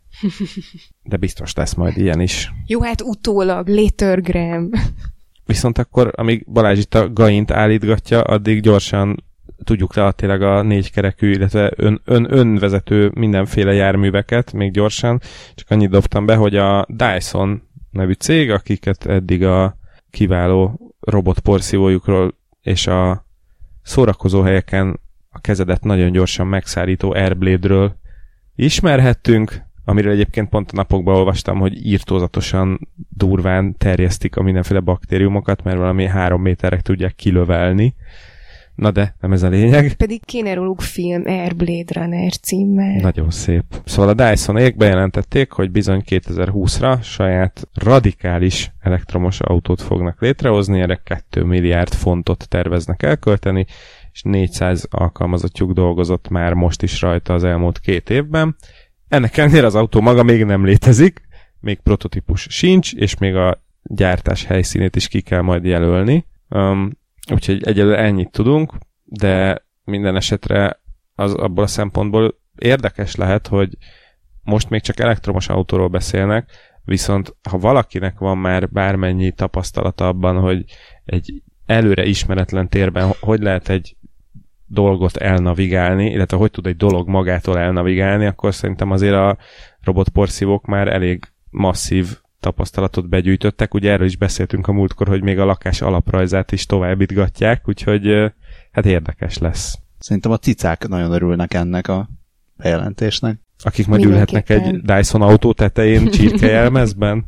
de biztos lesz majd ilyen is. Jó, hát utólag, latergram. Viszont akkor, amíg Balázs itt a gaint állítgatja, addig gyorsan tudjuk le tényleg a négykerekű, illetve ön, ön, önvezető mindenféle járműveket, még gyorsan. Csak annyit dobtam be, hogy a Dyson nevű cég, akiket eddig a kiváló robotporszívójukról és a szórakozó helyeken a kezedet nagyon gyorsan megszárító Airblade-ről ismerhettünk, amiről egyébként pont a napokban olvastam, hogy írtózatosan durván terjesztik a mindenféle baktériumokat, mert valami három méterek tudják kilövelni. Na de, nem ez a lényeg. Pedig kéne róluk film Airblade Runner címmel. Nagyon szép. Szóval a Dysonék bejelentették, hogy bizony kétezer-húszra saját radikális elektromos autót fognak létrehozni, erre két milliárd fontot terveznek elkölteni, és négyszáz alkalmazottjuk dolgozott már most is rajta az elmúlt két évben. Ennek ellenére az autó maga még nem létezik, még prototípus sincs, és még a gyártás helyszínét is ki kell majd jelölni. Um, úgyhogy egyelőre ennyit tudunk, de minden esetre az abból a szempontból érdekes lehet, hogy most még csak elektromos autóról beszélnek, viszont ha valakinek van már bármennyi tapasztalata abban, hogy egy előre ismeretlen térben hogy lehet egy dolgot elnavigálni, illetve hogy tud egy dolog magától elnavigálni, akkor szerintem azért a robotporszívók már elég masszív tapasztalatot begyűjtöttek. Ugye erről is beszéltünk a múltkor, hogy még a lakás alaprajzát is továbbítgatják, úgyhogy hát érdekes lesz. Szerintem a cicák nagyon örülnek ennek a bejelentésnek. Akik majd ülhetnek egy Dyson autó tetején csirkejelmezben.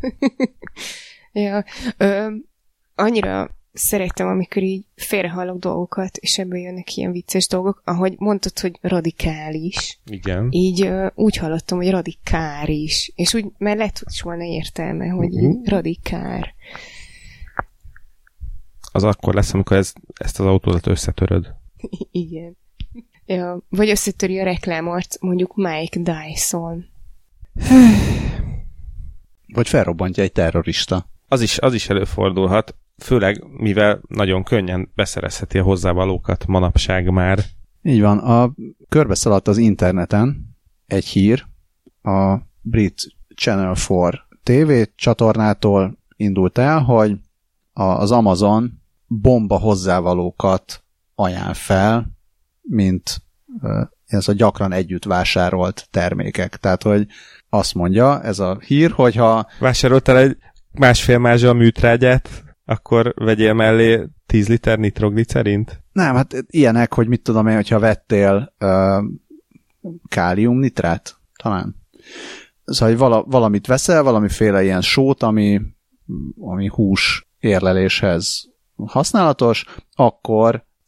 Ja, ö, annyira szeretem, amikor így félrehallok dolgokat, és ebből jönnek ilyen vicces dolgok, ahogy mondtad, hogy radikális. Igen. Így uh, úgy hallottam, hogy radikáris. És úgy, mert lett is volna értelme, hogy uh-huh. így radikár. Az akkor lesz, amikor ez, ezt az autót összetöröd. Igen. Ja, vagy összetöri a reklámart, mondjuk Mike Dyson. Vagy felrobbantja egy terrorista. Az is, az is előfordulhat, főleg mivel nagyon könnyen beszerezheti a hozzávalókat manapság már. Így van, a körbe szaladt az interneten egy hír, a brit Channel négy té vé csatornától indult el, hogy az Amazon bomba hozzávalókat ajánl fel, mint ez a gyakran együtt vásárolt termékek. Tehát, hogy azt mondja ez a hír, hogyha... Vásároltál egy másfél mázsa műtrágyát, akkor vegyél mellé tíz liter nitroglicerint? Nem, hát ilyenek, hogy mit tudom én, hogyha vettél uh, káliumnitrát, talán. Szóval, hogy vala, valamit veszel, valamiféle ilyen sót, ami, ami hús érleléshez használatos, akkor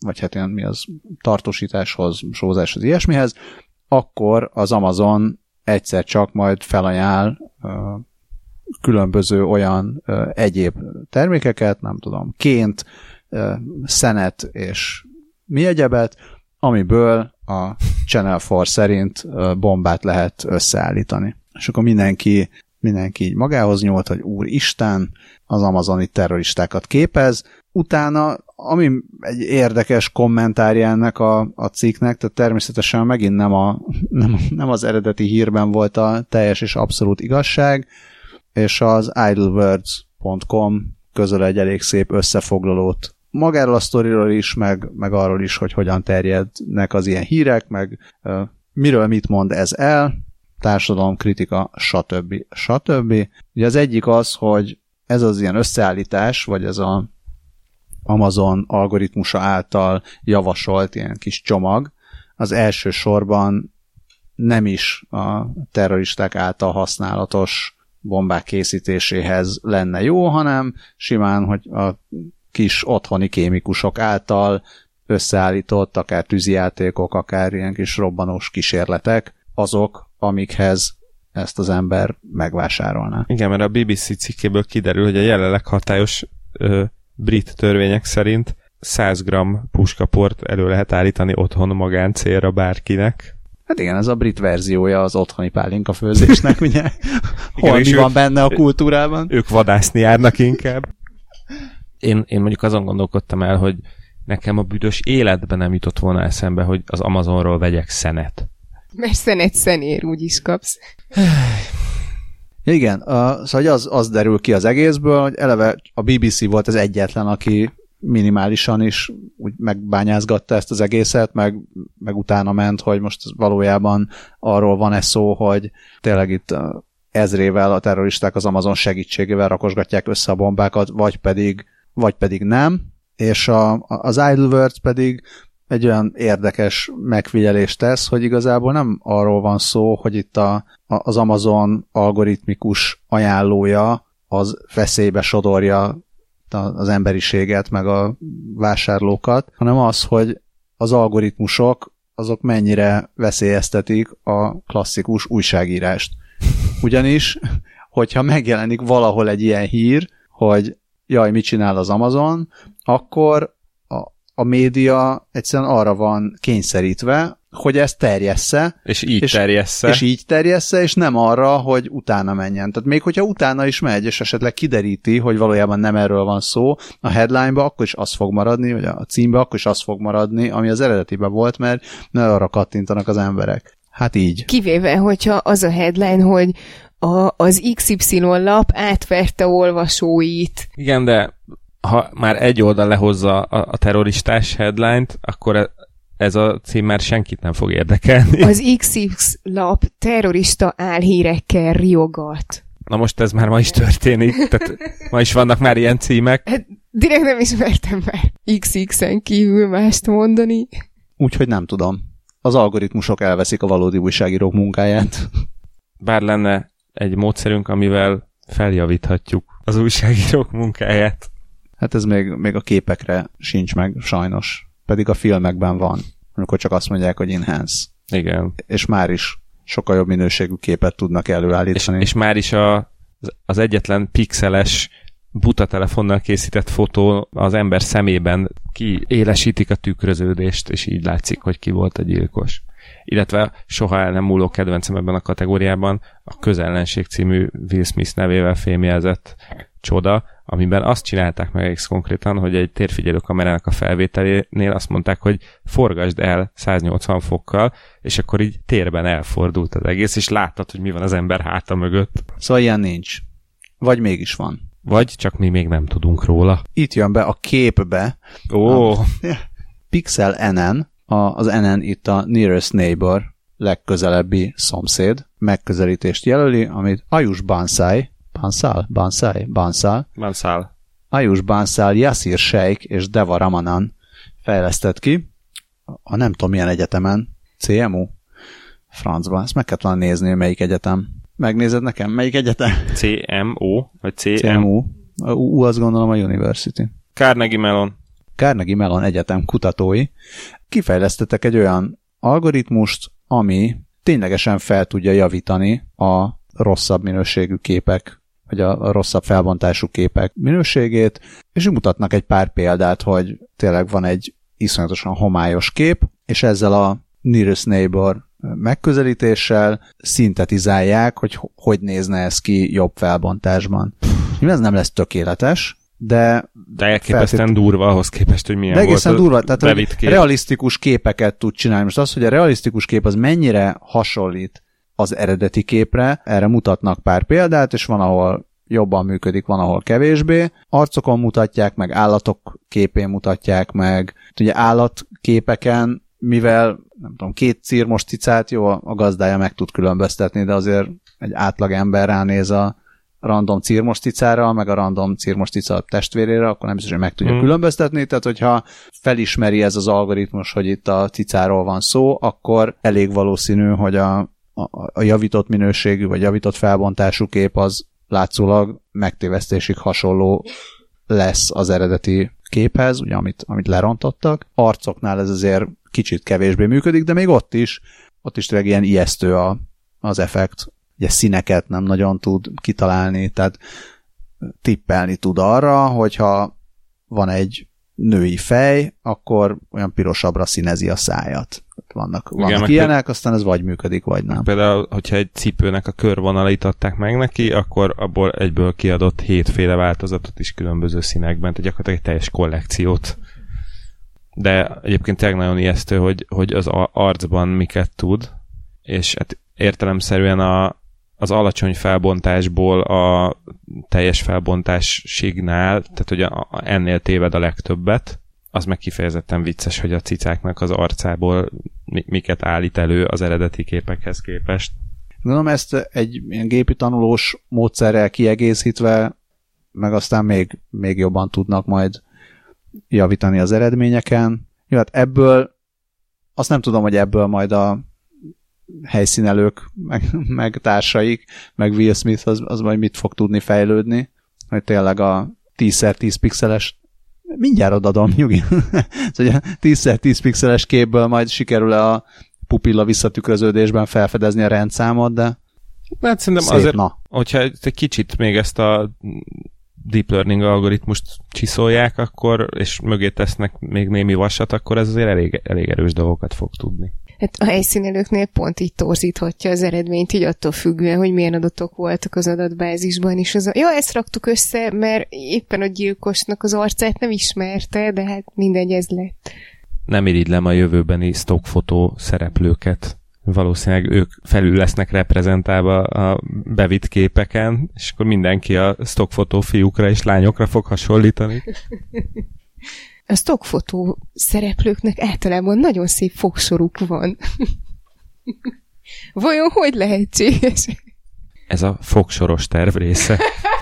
vagy hát ilyen mi az tartósításhoz, sózáshoz, ilyesmihez, akkor az Amazon egyszer csak majd felajánl uh, különböző olyan uh, egyéb termékeket, nem tudom, ként, uh, szenet és mi egyebet, amiből a Channel négy szerint uh, bombát lehet összeállítani. És akkor mindenki, mindenki így magához nyúlt, hogy úristen, az amazoni terroristákat képez. Utána, ami egy érdekes kommentárja ennek a, a cikknek, tehát természetesen megint nem, a, nem, nem az eredeti hírben volt a teljes és abszolút igazság, és az idlewords pont com közöl egy elég szép összefoglalót magáról a sztoriról is, meg, meg arról is, hogy hogyan terjednek az ilyen hírek, meg uh, miről mit mond ez el, társadalomkritika, stb. stb. Ugye az egyik az, hogy ez az ilyen összeállítás, vagy ez az Amazon algoritmusa által javasolt ilyen kis csomag, az első sorban nem is a terroristák által használatos bombák készítéséhez lenne jó, hanem simán, hogy a kis otthoni kémikusok által összeállított, akár tűzijátékok, akár ilyen kis robbanós kísérletek, azok, amikhez ezt az ember megvásárolná. Igen, mert a bé bé cé cikkéből kiderül, hogy a jelenleg hatályos ö, brit törvények szerint száz gramm puskaport elő lehet állítani otthon magáncélra bárkinek. Hát igen, ez a brit verziója az otthoni pálinka főzésnek, ugye? Hol igen, mi van ők, benne a kultúrában? Ők vadászni járnak inkább. Én, én mondjuk azon gondolkodtam el, hogy nekem a büdös életben nem jutott volna eszembe, hogy az Amazonról vegyek szenet. Mert szenet szenér úgy is kapsz. Igen, uh, szóval az, az derül ki az egészből, hogy eleve a bé bé cé volt az egyetlen, aki minimálisan is úgy megbányázgatta ezt az egészet, meg, meg utána ment, hogy most valójában arról van-e szó, hogy tényleg itt uh, ezrével a terroristák az Amazon segítségével rakosgatják össze a bombákat, vagy pedig, vagy pedig nem, és a, az Idlewords pedig egy olyan érdekes megfigyelést tesz, hogy igazából nem arról van szó, hogy itt a, a, az Amazon algoritmikus ajánlója az veszélybe sodorja az emberiséget, meg a vásárlókat, hanem az, hogy az algoritmusok azok mennyire veszélyeztetik a klasszikus újságírást. Ugyanis, hogyha megjelenik valahol egy ilyen hír, hogy jaj, mit csinál az Amazon, akkor a, a média egyszerűen arra van kényszerítve, hogy ezt terjessze. És így és, terjessze. És így terjessze, és nem arra, hogy utána menjen. Tehát még hogyha utána is megy, és esetleg kideríti, hogy valójában nem erről van szó, a headline-ba akkor is az fog maradni, vagy a címbe akkor is az fog maradni, ami az eredetiben volt, mert ne arra kattintanak az emberek. Hát így. Kivéve, hogyha az a headline, hogy a, az iksz ipszilon lap átverte olvasóit. Igen, de ha már egy oldal lehozza a, a terroristás headline-t, akkor ez a cím már senkit nem fog érdekelni. Az iksz iksz lap terrorista álhírekkel riogat. Na most ez már ma is történik, tehát ma is vannak már ilyen címek. Hát direkt nem ismertem már iksz iksz-en kívül mást mondani. Úgyhogy nem tudom. Az algoritmusok elveszik a valódi újságírók munkáját. Bár lenne egy módszerünk, amivel feljavíthatjuk az újságírók munkáját. Hát ez még, még a képekre sincs meg, sajnos. Pedig a filmekben van, amikor csak azt mondják, hogy enhance. Igen. És már is sokkal jobb minőségű képet tudnak előállítani. És, és már is a, az egyetlen pixeles buta telefonnal készített fotó az ember szemében kiélesítik a tükröződést, és így látszik, hogy ki volt a gyilkos. Illetve soha el nem múló kedvencem ebben a kategóriában a Közellenség című Will Smith nevével fémjelzett csoda, amiben azt csinálták meg egész konkrétan, hogy egy térfigyelő kamerának a felvételénél azt mondták, hogy forgasd el száznyolcvan fokkal, és akkor így térben elfordult az egész, és láttad, hogy mi van az ember háta mögött. Szóval ilyen nincs. Vagy mégis van. Vagy csak mi még nem tudunk róla. Itt jön be a képbe. Ó. A Pixel en en, a, az en en itt a nearest neighbor, legközelebbi szomszéd megközelítést jelöli, amit Ayush Bansal, Bansal, Bansal, Bansal, Bansal, Ayush Bansal, Yasir Sheikh és Deva Ramanan fejlesztett ki. A nem tudom milyen egyetemen. cé em u? Francban. Ezt meg kellett volna nézni, melyik egyetem. Megnézed nekem? Melyik egyetem? cé em o? Vagy cé em u? cé em u. U azt gondolom a University. Carnegie Mellon. Carnegie Mellon Egyetem kutatói kifejlesztettek egy olyan algoritmust, ami ténylegesen fel tudja javítani a rosszabb minőségű képek, vagy a rosszabb felbontású képek minőségét, és mutatnak egy pár példát, hogy tényleg van egy iszonyatosan homályos kép, és ezzel a nearest neighbor megközelítéssel szintetizálják, hogy hogy nézne ez ki jobb felbontásban. Ez nem lesz tökéletes, de... De elképesztően feltét... durva ahhoz képest, hogy milyen de egészen volt durva, tehát bevitt kép. Realisztikus képeket tud csinálni. Most az, hogy a realisztikus kép az mennyire hasonlít az eredeti képre, erre mutatnak pár példát, és van, ahol jobban működik, van, ahol kevésbé. Arcokon mutatják meg, állatok képén mutatják meg. Ugye állatképeken, mivel nem tudom, két cirmos cicát, jó, a gazdája meg tud különböztetni, de azért egy átlag ember ránéz a random cirmos cicára, meg a random cirmos cica testvérére, akkor nem biztos, hogy meg tudja mm. különböztetni, tehát hogyha felismeri ez az algoritmus, hogy itt a cicáról van szó, akkor elég valószínű, hogy a, a, a javított minőségű, vagy javított felbontású kép az látszólag megtévesztésig hasonló lesz az eredeti képhez, ugye, amit, amit lerontottak. Arcoknál ez azért kicsit kevésbé működik, de még ott is, ott is tényleg ilyen ijesztő a, az effekt. Ugye színeket nem nagyon tud kitalálni, tehát tippelni tud arra, hogyha van egy női fej, akkor olyan pirosabbra színezi a szájat. Vannak, vannak igen, ilyenek, aztán ez vagy működik, vagy nem. Például, hogyha egy cipőnek a körvonalait adták meg neki, akkor abból egyből kiadott hétféle változatot is különböző színekben, tehát gyakorlatilag egy teljes kollekciót. De egyébként tényleg nagyon ijesztő, hogy, hogy az arcban miket tud, és hát értelemszerűen a, az alacsony felbontásból a teljes felbontásségnál, tehát hogy a, a, ennél téved a legtöbbet, az meg kifejezetten vicces, hogy a cicáknak az arcából miket állít elő az eredeti képekhez képest. Gondolom, ezt egy ilyen gépi tanulós módszerrel kiegészítve, meg aztán még, még jobban tudnak majd javítani az eredményeken. Jó, hát ebből, azt nem tudom, hogy ebből majd a helyszínelők, meg, meg társaik, meg Will Smith az, az majd mit fog tudni fejlődni, hogy tényleg a tíz szer tíz pixeles mindjárt odadom, nyugi. Szóval a tíz szer tíz pixeles képből majd sikerül-e a pupilla visszatükröződésben felfedezni a rendszámot, de hát szerintem szép, azért, na. hogyha egy kicsit még ezt a deep learning algoritmust csiszolják, akkor, és mögé tesznek még némi vasat, akkor ez azért elég, elég erős dolgokat fog tudni. Hát a helyszínelőknél pont így torzíthatja az eredményt, így attól függően, hogy milyen adatok voltak az adatbázisban, és az a, ja, ezt raktuk össze, mert éppen a gyilkosnak az arcát nem ismerte, de hát mindegy, ez lett. Nem irigylem a jövőbeni stockfotó szereplőket. Valószínűleg ők felül lesznek reprezentálva a bevitt képeken, és akkor mindenki a stockfotó fiúkra és lányokra fog hasonlítani. A stockfotó szereplőknek általában nagyon szép fogsoruk van. Vajon hogy lehetséges? Ez a fogsoros terv része.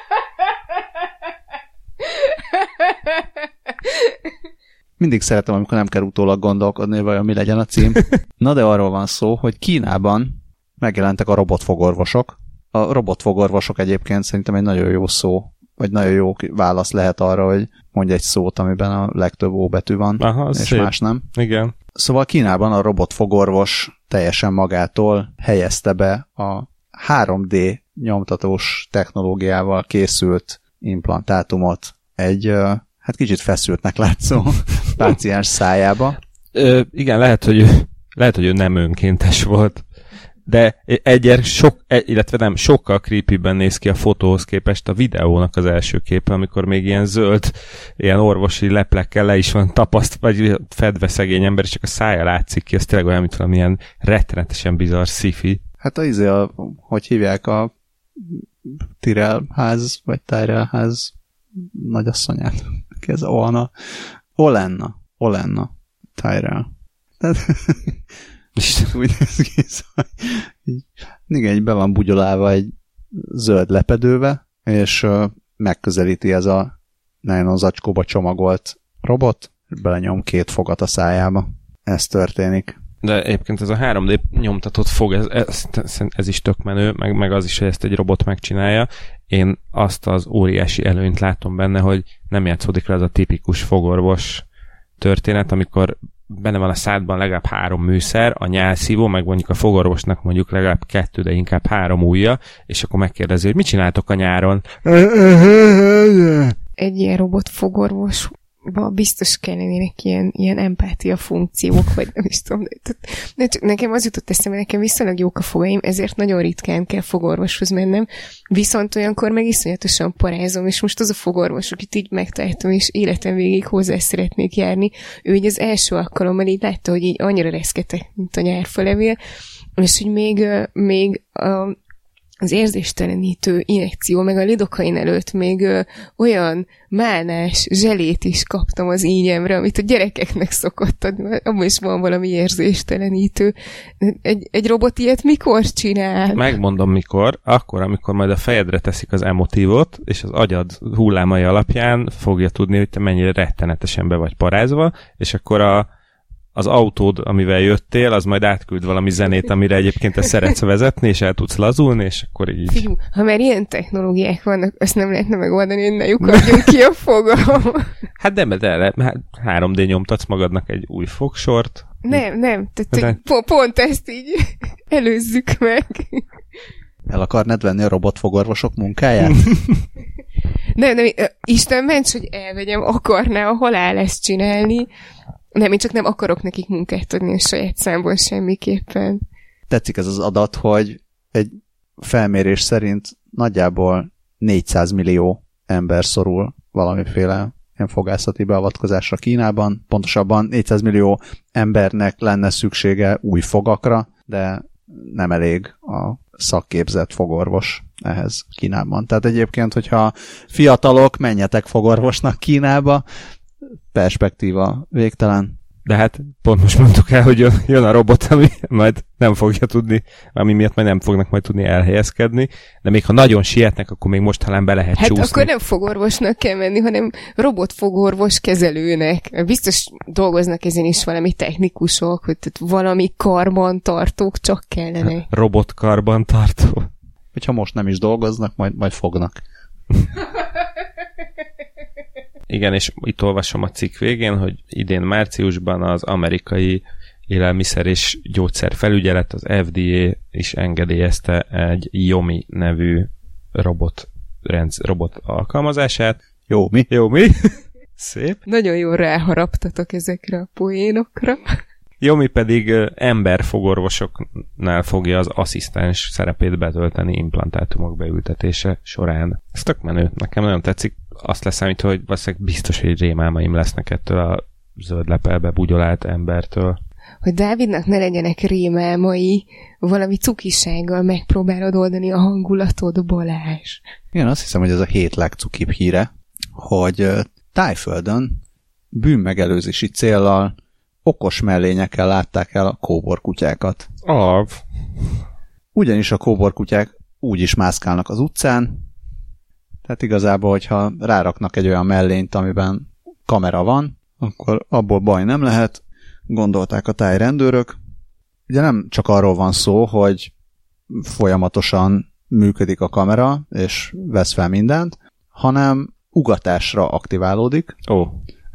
Mindig szeretem, amikor nem kell utólag gondolkodni, hogy vajon mi legyen a cím. Na de arról van szó, hogy Kínában megjelentek a robotfogorvosok. A robotfogorvosok egyébként szerintem egy nagyon jó szó, vagy nagyon jó válasz lehet arra, hogy mondj egy szót, amiben a legtöbb ó betű van, aha, és szép. Más nem. Igen. Szóval Kínában a robotfogorvos teljesen magától helyezte be a három dé nyomtatós technológiával készült implantátumot egy, hát kicsit feszültnek látszó páciens szájába. Ö, igen, lehet hogy, lehet, hogy ő nem önkéntes volt. De egyre sok, illetve nem, sokkal creepyben néz ki a fotóhoz képest a videónak az első képe, amikor még ilyen zöld, ilyen orvosi leplekkel le is van tapaszt, vagy fedve szegény ember, és csak a szája látszik ki, az tényleg olyan, mint valamilyen rettenetesen bizarr sci-fi. Hát a izé, a, hogy hívják a Tyrell ház, vagy Tyrell ház nagyasszonyát? Ki ez? Olna? Olenna. Olenna. Tyrell. Tehát... úgy néz ki, szóval így, igen, így be van bugyolálva egy zöld lepedőbe, és uh, megközelíti ez a nagyon zacskóba csomagolt robot, és belenyom két fogat a szájába. Ez történik. De egyébként ez a három dé nyomtatott fog, ez, ez, ez is tök menő, meg, meg az is, hogy ezt egy robot megcsinálja. Én azt az óriási előnyt látom benne, hogy nem játszódik le az a tipikus fogorvos történet, amikor benne van a szádban legalább három műszer, a nyálszívó, meg mondjuk a fogorvosnak mondjuk legalább kettő, de inkább három ujja, és akkor megkérdezi, hogy mit csináltok a nyáron? Egy ilyen robot fogorvos biztos kellenének ilyen, ilyen empátia funkciók, vagy nem is tudom. De, de csak nekem az jutott eszembe, nekem viszonylag jók a fogaim, ezért nagyon ritkán kell fogorvoshoz mennem, viszont olyankor meg iszonyatosan parázom, és most az a fogorvos, akit így megtaláltam, és életem végig hozzá szeretnék járni, ő így az első alkalommal így látta, hogy így annyira reszketek, mint a nyárfalevél, és hogy még, még a az érzéstelenítő injekció, meg a lidokain előtt még ö, olyan málnás zselét is kaptam az ínyemre, amit a gyerekeknek szokott adni, abban is van valami érzéstelenítő. Egy, egy robot ilyet mikor csinál? Megmondom mikor, akkor, amikor majd a fejedre teszik az emotívot, és az agyad hullámai alapján fogja tudni, hogy te mennyire rettenetesen be vagy parázva, és akkor a az autód, amivel jöttél, az majd átküld valami zenét, amire egyébként te szeretsz vezetni, és el tudsz lazulni, és akkor így... Figyú, ha már ilyen technológiák vannak, azt nem lehetne megoldani, hogy ne lyukadjunk ki a fogam. Hát de, de, de három dé nyomtatsz magadnak egy új fogsort. Nem, nem, tehát de... pont ezt így előzzük meg. El akarnád venni a robotfogorvosok munkáját? nem, nem, Isten ments, hogy elvegyem, akarná a halál ezt csinálni. Nem, én csak nem akarok nekik munkát adni a saját számból semmiképpen. Tetszik ez az adat, hogy egy felmérés szerint nagyjából négyszáz millió ember szorul valamiféle ilyen fogászati beavatkozásra Kínában. Pontosabban négyszáz millió embernek lenne szüksége új fogakra, de nem elég a szakképzett fogorvos ehhez Kínában. Tehát egyébként, hogyha fiatalok, menjetek fogorvosnak Kínába, perspektíva végtelen. De hát pont most mondtuk el, hogy jön a robot, ami majd nem fogja tudni, ami miatt majd nem fognak majd tudni elhelyezkedni, de még ha nagyon sietnek, akkor még most talán be lehet hát csúszni. Hát akkor nem fogorvosnak kell menni, hanem robotfogorvos kezelőnek. Biztos dolgoznak ezen is valami technikusok, hogy valami karbantartók csak kellene. Robot karbantartó. Hogyha most nem is dolgoznak, majd, majd fognak. Igen, és itt olvasom a cikk végén, hogy idén márciusban az amerikai élelmiszer és gyógyszer felügyelet, az ef dé á is engedélyezte egy Yomi nevű robot, rendsz, robot alkalmazását. Jó, mi? Jó, mi? Szép. Nagyon jól ráharaptatok ezekre a poénokra. Yomi pedig emberfogorvosoknál fogja az asszisztens szerepét betölteni implantátumok beültetése során. Ez tök menő. Nekem nagyon tetszik. Azt leszámítva, hogy valószínűleg biztos, hogy rémálmaim lesznek ettől a zöld lepelbe bugyolált embertől. Hogy Dávidnak ne legyenek rémálmai, valami cukisággal megpróbálod oldani a hangulatod, Balázs. Igen, azt hiszem, hogy ez a hét legcukibb híre, hogy Tájföldön bűnmegelőzési céllal okos mellényekkel látták el a kóborkutyákat. Ah. Ugyanis a kóborkutyák úgy is mászkálnak az utcán, tehát igazából, hogyha ráraknak egy olyan mellényt, amiben kamera van, akkor abból baj nem lehet, gondolták a tájrendőrök. Ugye nem csak arról van szó, hogy folyamatosan működik a kamera, és vesz fel mindent, hanem ugatásra aktiválódik. Ó. Oh.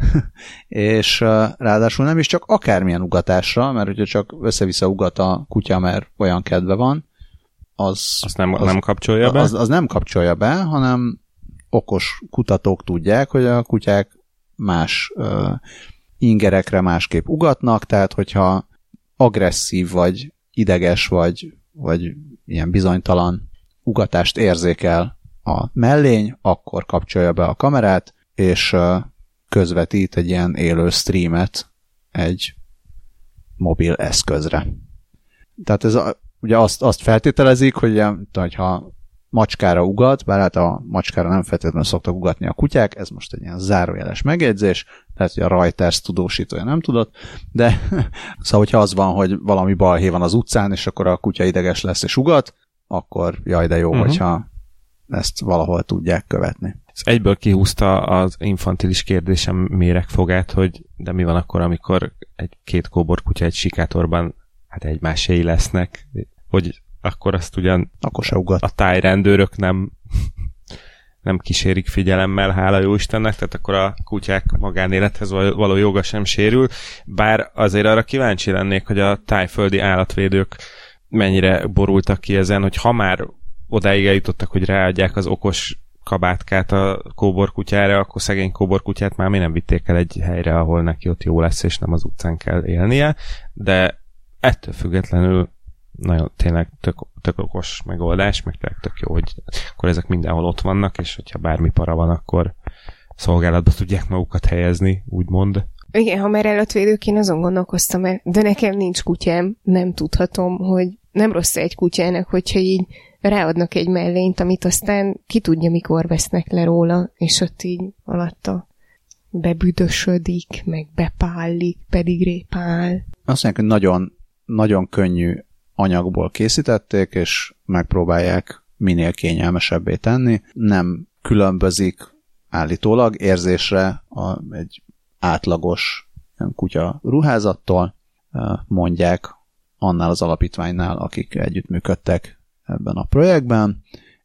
És ráadásul nem is csak akármilyen ugatásra, mert hogyha csak össze-vissza ugat a kutya, mert olyan kedve van, az, azt nem, az, nem kapcsolja be? Az, az nem kapcsolja be, hanem okos kutatók tudják, hogy a kutyák más uh, ingerekre másképp ugatnak, tehát hogyha agresszív, vagy ideges, vagy, vagy ilyen bizonytalan ugatást érzékel a mellény, akkor kapcsolja be a kamerát, és uh, közvetít egy ilyen élő streamet egy mobil eszközre. Tehát ez a, ugye azt, azt feltételezik, hogy ha macskára ugat, bár hát a macskára nem feltétlenül szoktak ugatni a kutyák, ez most egy ilyen zárójeles megjegyzés, tehát hogy a Reuters tudósítója nem tudott, de szóval, hogyha az van, hogy valami balhé van az utcán, és akkor a kutya ideges lesz és ugat, akkor jaj, de jó, uh-huh. hogyha ezt valahol tudják követni. Ez egyből kihúzta az infantilis kérdésem méregfogát, hogy de mi van akkor, amikor egy két kóborkutya egy sikátorban hát egymáséi lesznek, hogy akkor azt ugyan akkor se ugat. A tájrendőrök nem nem kísérik figyelemmel, hála jó Istennek, tehát akkor a kutyák magánélethez való joga sem sérül, bár azért arra kíváncsi lennék, hogy a tájföldi állatvédők mennyire borultak ki ezen, hogy ha már odáig eljutottak, hogy ráadják az okos kabátkát a kóborkutyára, akkor szegény kóborkutyát már mi nem vitték el egy helyre, ahol neki ott jó lesz, és nem az utcán kell élnie, de ettől függetlenül nagyon tényleg tök, tök okos megoldás, meg tényleg tök jó, hogy akkor ezek mindenhol ott vannak, és hogyha bármi para van, akkor szolgálatba tudják magukat helyezni, úgymond. Igen, ha már állatvédők, én azon gondolkoztam el, de nekem nincs kutyám, nem tudhatom, hogy nem rossz egy kutyának, hogyha így ráadnak egy mellényt, amit aztán ki tudja, mikor vesznek le róla, és ott így alatta bebüdösödik, meg bepállik, pedig répál. Azt mondják, hogy nagyon, nagyon könnyű anyagból készítették, és megpróbálják minél kényelmesebbé tenni. Nem különbözik állítólag érzésre a, egy átlagos kutya ruházattól, mondják annál az alapítványnál, akik együttműködtek ebben a projektben.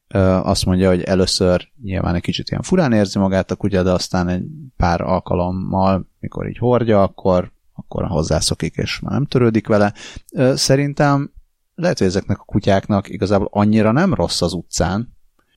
Azt mondja, hogy először nyilván egy kicsit ilyen furán érzi magát a kutya, de aztán egy pár alkalommal, mikor így hordja, akkor, akkor hozzászokik, és már nem törődik vele. Szerintem lehet, hogy ezeknek a kutyáknak igazából annyira nem rossz az utcán,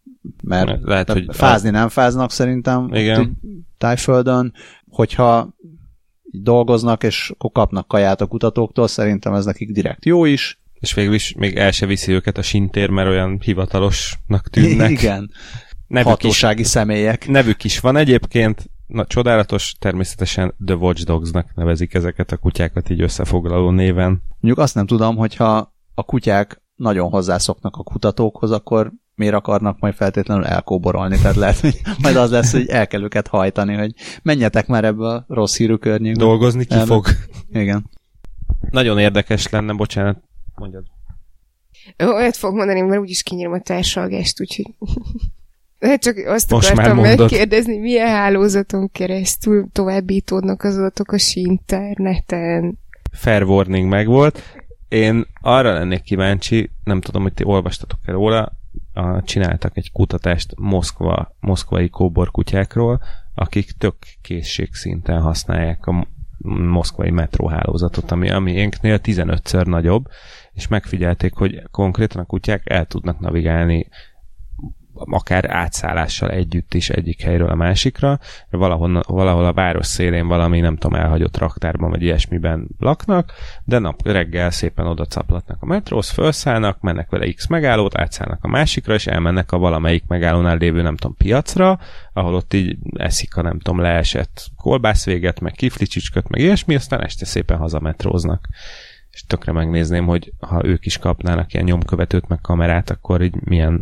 mert lehet, hogy fázni nem fáznak szerintem Tájföldön, hogyha dolgoznak, és akkor kapnak kaját a kutatóktól, szerintem ez nekik direkt jó is. És végül is még el se viszi őket a sintér, mert olyan hivatalosnak tűnnek. Igen. Nevük hatósági is, személyek. Nevük is van egyébként, na, csodálatos, természetesen The Watch Dogs-nak nevezik ezeket a kutyákat így összefoglaló néven. Mondjuk azt nem tudom, hogyha a kutyák nagyon hozzászoknak a kutatókhoz, akkor miért akarnak majd feltétlenül elkóborolni? Tehát lehet, hogy majd az lesz, hogy el kell őket hajtani, hogy menjetek már ebbe a rossz hírű környékbe. Dolgozni ki fog. Igen. Nagyon érdekes lenne, bocsánat, mondjad. Olyat fog mondani, mert úgyis kinyírom a társalgást, úgyhogy... Csak azt most akartam megkérdezni, milyen hálózaton keresztül továbbítódnak az adatok a interneten. Fair warning megvolt. Én arra lennék kíváncsi, nem tudom, hogy ti olvastatok-e róla, a, csináltak egy kutatást Moszkva, moszkvai kóborkutyákról, akik tök készségszinten használják a moszkvai metróhálózatot, ami a miénknél tizenötször nagyobb, és megfigyelték, hogy konkrétan a kutyák el tudnak navigálni akár átszállással együtt is egyik helyről a másikra, valahol, valahol a város szélén valami, nem tudom, elhagyott raktárban vagy ilyesmiben laknak, de nap reggel szépen oda caplatnak a metróhoz, felszállnak, mennek vele X megállót, átszállnak a másikra, és elmennek a valamelyik megállónál lévő, nem tudom, piacra, ahol ott így eszik a, nem tudom, leesett kolbászvéget, meg kiflicsücsköt, meg ilyesmi, aztán este szépen hazametróznak. És tökre megnézném, hogy ha ők is kapnának ilyen nyomkövetőt, meg kamerát, akkor így milyen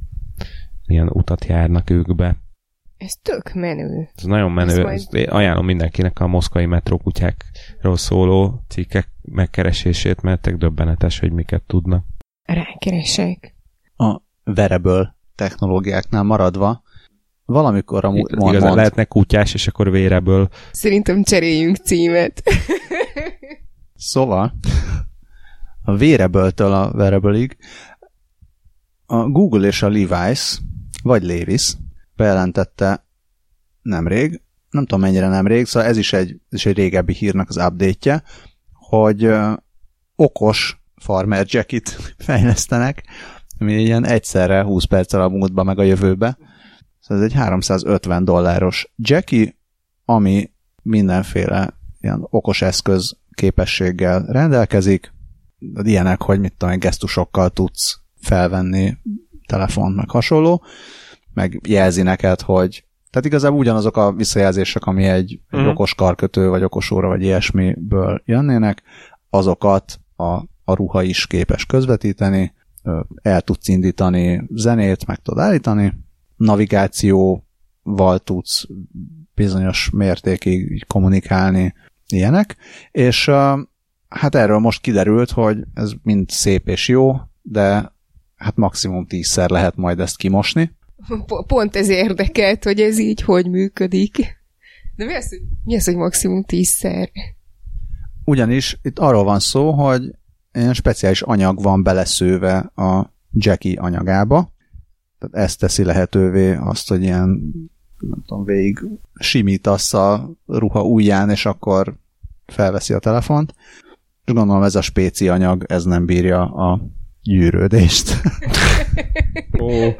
milyen utat járnak ők be. Ez tök menő. Ez nagyon menő. Ez majd... Ajánlom mindenkinek a moszkvai metrókutyákról szóló cikkek megkeresését, mert tök döbbenetes, hogy miket tudnak. Rákeresek. A wearable technológiáknál maradva, valamikor a mond... Igazán mond... lehetne kutyás, és akkor wearable. Szerintem cseréljünk címet. Szóval a wearable-től a wearable-ig a Google és a Levi's, vagy Levi's bejelentette nemrég, nem tudom mennyire nemrég, szóval ez is egy, ez is egy régebbi hírnek az update-je, hogy ö, okos farmer jackit fejlesztenek, ami ilyen egyszerre húsz perccel a múltba meg a jövőbe. Szóval ez egy háromszázötven dolláros jacki, ami mindenféle ilyen okos eszköz képességgel rendelkezik, ilyenek, hogy mit tudom, gesztusokkal tudsz felvenni telefon, meg hasonló, meg jelzi neked, hogy tehát igazából ugyanazok a visszajelzések, ami egy, mm. egy okos karkötő, vagy okos óra, vagy ilyesmiből jönnének, azokat a, a ruha is képes közvetíteni, el tudsz indítani zenét, meg tudod állítani, navigációval tudsz bizonyos mértékig kommunikálni, ilyenek, és hát erről most kiderült, hogy ez mind szép és jó, de hát maximum tízszer lehet majd ezt kimosni. Pont ez érdekelt, hogy ez így hogy működik. De mi az, hogy, mi az, hogy maximum tízszer? Ugyanis itt arról van szó, hogy ilyen speciális anyag van beleszőve a Jackie anyagába. Tehát ez teszi lehetővé azt, hogy ilyen, nem tudom, végig simítasz a ruha ujján, és akkor felveszi a telefont. És gondolom ez a spéci anyag, ez nem bírja a gyűrődést. Oh.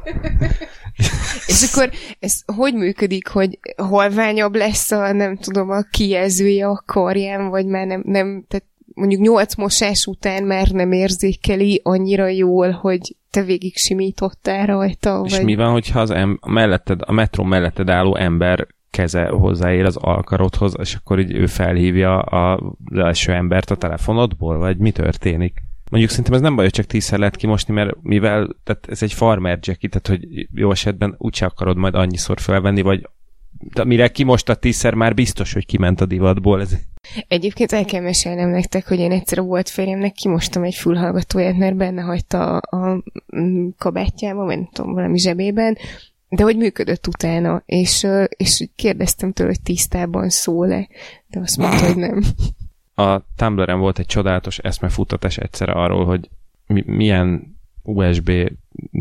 És akkor ez hogy működik, hogy halványabb lesz a, nem tudom, a kijelzője a karján, vagy már nem, nem tehát mondjuk nyolc mosás után már nem érzékeli annyira jól, hogy te végig simítottál rajta. És vagy... mi van, hogyha az em- a, melletted, a metró melletted álló ember keze hozzáér az alkarodhoz, és akkor így ő felhívja a, az első embert a telefonodból, vagy mi történik? Mondjuk szerintem ez nem baj, hogy csak tízszer lehet kimosni, mert mivel tehát ez egy farmer jacket, tehát hogy jó esetben úgyse akarod majd annyiszor felvenni, vagy de mire kimostad tízszer, már biztos, hogy kiment a divatból. Ez... Egyébként el kell mesélnem nektek, hogy én egyszer a volt férjemnek kimostam egy fülhallgatóját, mert benne hagyta a, a kabátjában, vagy nem tudom, valami zsebében, de hogy működött utána, és, és kérdeztem tőle, hogy tisztában szól-e, de azt mondta, hogy nem. A Tumblr-en volt egy csodálatos eszmefuttatás egyszerre arról, hogy mi, milyen u es bé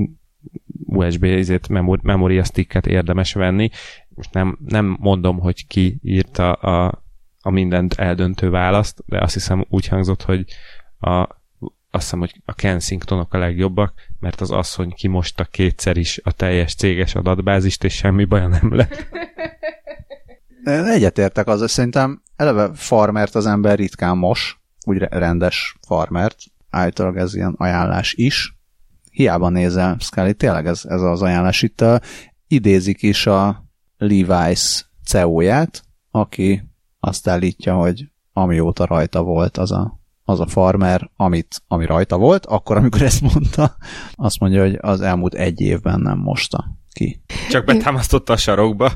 u es bé ezért memori, memoria sticket érdemes venni. Most nem, nem mondom, hogy ki írta a, a mindent eldöntő választ, de azt hiszem úgy hangzott, hogy a, azt hiszem, hogy a Kensingtonok a legjobbak, mert az asszony kimosta kétszer is a teljes céges adatbázist, és semmi baja nem lett. Egyetértek azzal, szerintem eleve farmert az ember ritkán mos, úgy rendes farmert, állítólag ez ilyen ajánlás is. Hiába nézel, Scully, tényleg ez, ez az ajánlás itt. Uh, idézik is a Levi's cé e ó-ját, aki azt állítja, hogy amióta rajta volt az a, az a farmer, amit, ami rajta volt, akkor, amikor ezt mondta, azt mondja, hogy az elmúlt egy évben nem mosta ki. Csak betámasztotta a sarokba.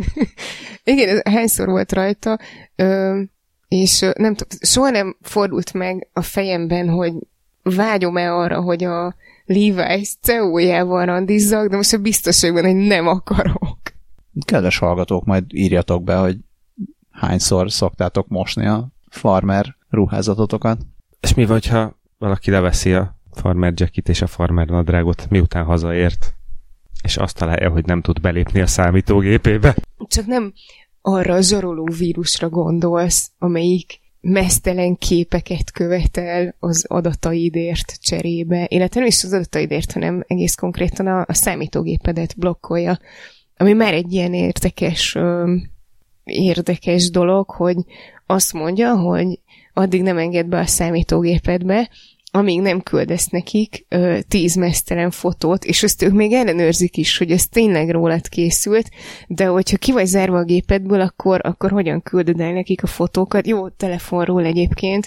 Igen, ez hányszor volt rajta, ö, és nem tudom, soha nem fordult meg a fejemben, hogy vágyom-e arra, hogy a Levi's cé e ó-jával randizzak, de most a biztoságban, hogy nem akarok. Kedves hallgatók, majd írjatok be, hogy hányszor szoktátok mosni a farmer ruházatotokat. És mi vagy, ha valaki leveszi a farmer jacket és a farmer nadrágot, miután hazaért, és azt találja, hogy nem tud belépni a számítógépébe? Csak nem arra a zsaroló vírusra gondolsz, amelyik meztelen képeket követel az adataidért cserébe, illetve nem is az adataidért, hanem egész konkrétan a, a számítógépedet blokkolja, ami már egy ilyen érdekes, ö, érdekes dolog, hogy azt mondja, hogy addig nem enged be a számítógépedbe, amíg nem küldesz nekik ö, tíz meztelen fotót, és azt ők még ellenőrzik is, hogy ez tényleg rólad készült, de hogyha ki vagy zárva a gépedből, akkor, akkor hogyan küldöd el nekik a fotókat? Jó, telefonról egyébként.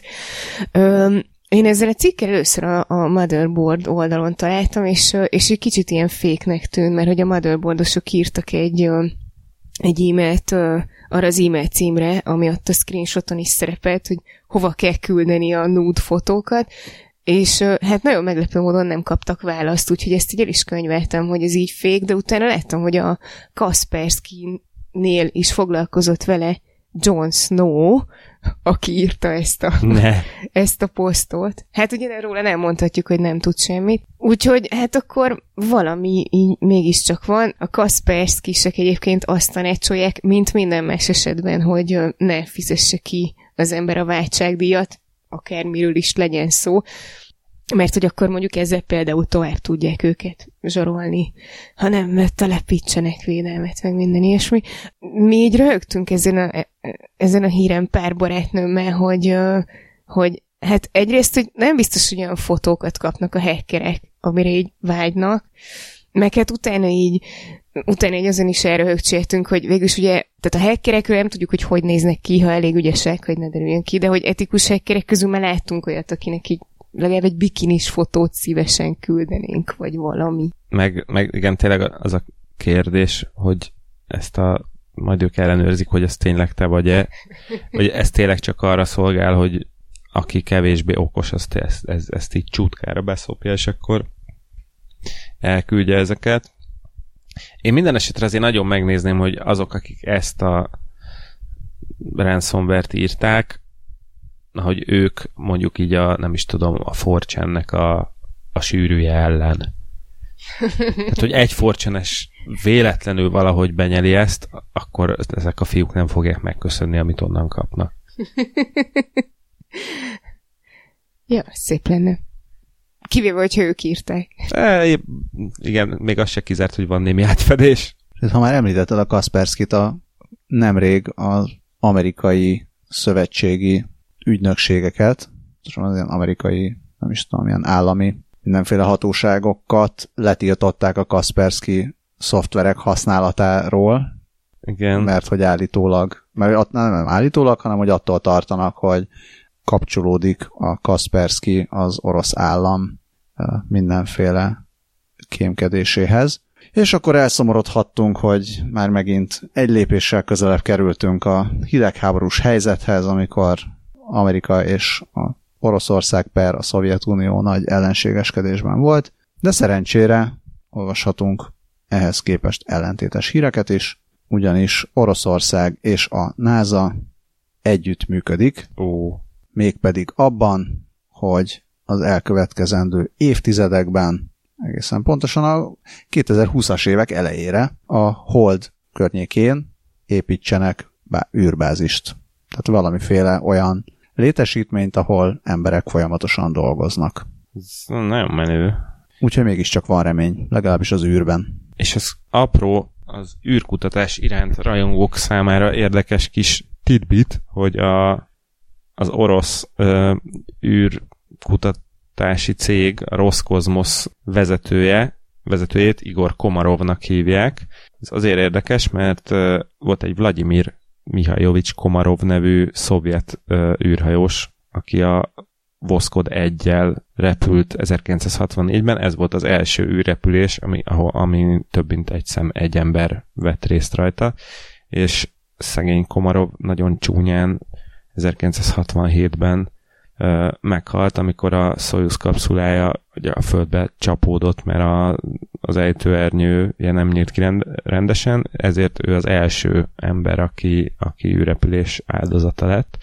Ö, én ezzel a cikkel először a, a Motherboard oldalon találtam, és, és egy kicsit ilyen féknek tűnt, mert hogy a Motherboardosok írtak egy, egy e-mailt arra az e-mail címre, ami ott a screenshoton is szerepelt, hogy hova kell küldeni a nude fotókat, és hát nagyon meglepő módon nem kaptak választ, úgyhogy ezt így el is könyveltem, hogy ez így fék, de utána láttam, hogy a Kaspersky-nél is foglalkozott vele Jon Snow, aki írta ezt a, ezt a posztot. Hát ugye róla nem mondhatjuk, hogy nem tud semmit. Úgyhogy hát akkor valami így mégiscsak van. A Kaspersky-sek egyébként azt tanácsolják, mint minden más esetben, hogy ne fizesse ki az ember a váltságdíjat, akármiről is legyen szó, mert hogy akkor mondjuk ezzel például tovább tudják őket zsarolni, hanem telepítsenek védelmet, meg minden ilyesmi. Mi így röhögtünk ezen a, ezen a híren pár barátnőmmel, hogy, hogy hát egyrészt, hogy nem biztos, hogy olyan fotókat kapnak a hackerek, amire így vágynak, meg hát utána így utána így azon is elröhögcséltünk, hogy végülis ugye, tehát a hackerekről nem tudjuk, hogy hogy néznek ki, ha elég ügyesek, hogy ne derüljön ki, de hogy etikus hackerek közül már láttunk olyat, akinek így legalább egy bikinis fotót szívesen küldenénk, vagy valami. Meg, meg igen, tényleg az a kérdés, hogy ezt a majd ők ellenőrzik, hogy ez tényleg te vagy-e, vagy ez tényleg csak arra szolgál, hogy aki kevésbé okos, azt ezt, ezt, ezt így csútkára beszopja, és akkor elküldje ezeket. Én minden esetre azért nagyon megnézném, hogy azok, akik ezt a ransomware-t írták, hogy ők mondjuk így a, nem is tudom, a four chan-nek a, a sűrűje ellen Tehát, hogy egy forcsanes véletlenül valahogy benyeli ezt, akkor ezek a fiúk nem fogják megköszönni, amit onnan kapnak. Ja, szép lenne. Kivéve, hogyha ők írták. E, igen, még az se kizárt, hogy van némi átfedés. Ha már említetted a Kasperskyt, a nemrég az amerikai szövetségi ügynökségeket, az ilyen amerikai, nem is tudom, ilyen állami mindenféle hatóságokat letiltották a Kaspersky szoftverek használatáról, igen. Mert hogy állítólag, mert nem, nem állítólag, hanem hogy attól tartanak, hogy kapcsolódik a Kaspersky az orosz állam mindenféle kémkedéséhez. És akkor elszomorodhattunk, hogy már megint egy lépéssel közelebb kerültünk a hidegháborús helyzethez, amikor Amerika és a Oroszország per a Szovjetunió nagy ellenségeskedésben volt, de szerencsére olvashatunk ehhez képest ellentétes híreket is, ugyanis Oroszország és a NASA együttműködik, Ó. mégpedig abban, hogy az elkövetkezendő évtizedekben, egészen pontosan a kétezer-húszas évek elejére a Hold környékén építsenek bá- űrbázist. Tehát valamiféle olyan létesítményt, ahol emberek folyamatosan dolgoznak. Ez nagyon menő. Úgyhogy mégiscsak van remény, legalábbis az űrben. És ez apró, az űrkutatás iránt rajongók számára érdekes kis tidbit, hogy a, az orosz ö, űrkutatási cég, a Roszkozmosz vezetője, vezetőjét Igor Komarovnak hívják. Ez azért érdekes, mert ö, volt egy Vladimir Mihajovics Komarov nevű szovjet ö, űrhajós, aki a Voszkod egyel repült ezerkilencszázhatvannégyben, ez volt az első űrrepülés, ami, ahol, ami több mint egy szem, egy ember vett részt rajta, és szegény Komarov nagyon csúnyán ezerkilencszázhatvanhétben ö, meghalt, amikor a Szojuz kapszulája ugye a földbe csapódott, mert a, az ejtőernyő nem nyílt ki rend, rendesen, ezért ő az első ember, aki, aki űrrepülés áldozata lett,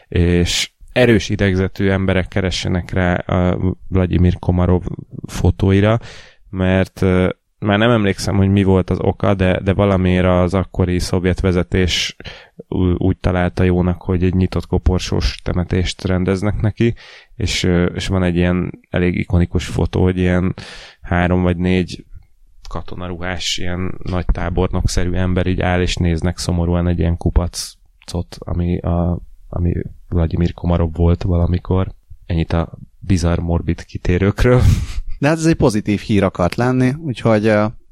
és erős idegzetű emberek keressenek rá a Vladimir Komarov fotóira, mert uh, már nem emlékszem, hogy mi volt az oka, de, de valamiért az akkori szovjet vezetés úgy találta jónak, hogy egy nyitott koporsós temetést rendeznek neki, és, uh, és van egy ilyen elég ikonikus fotó, hogy ilyen három vagy négy katonaruhás, ilyen nagy tábornokszerű ember így áll, és néznek szomorúan egy ilyen kupacot, ami a ami Vladimir Komarov volt valamikor. Ennyit a bizarr morbid kitérőkről. De hát ez egy pozitív hír akart lenni, úgyhogy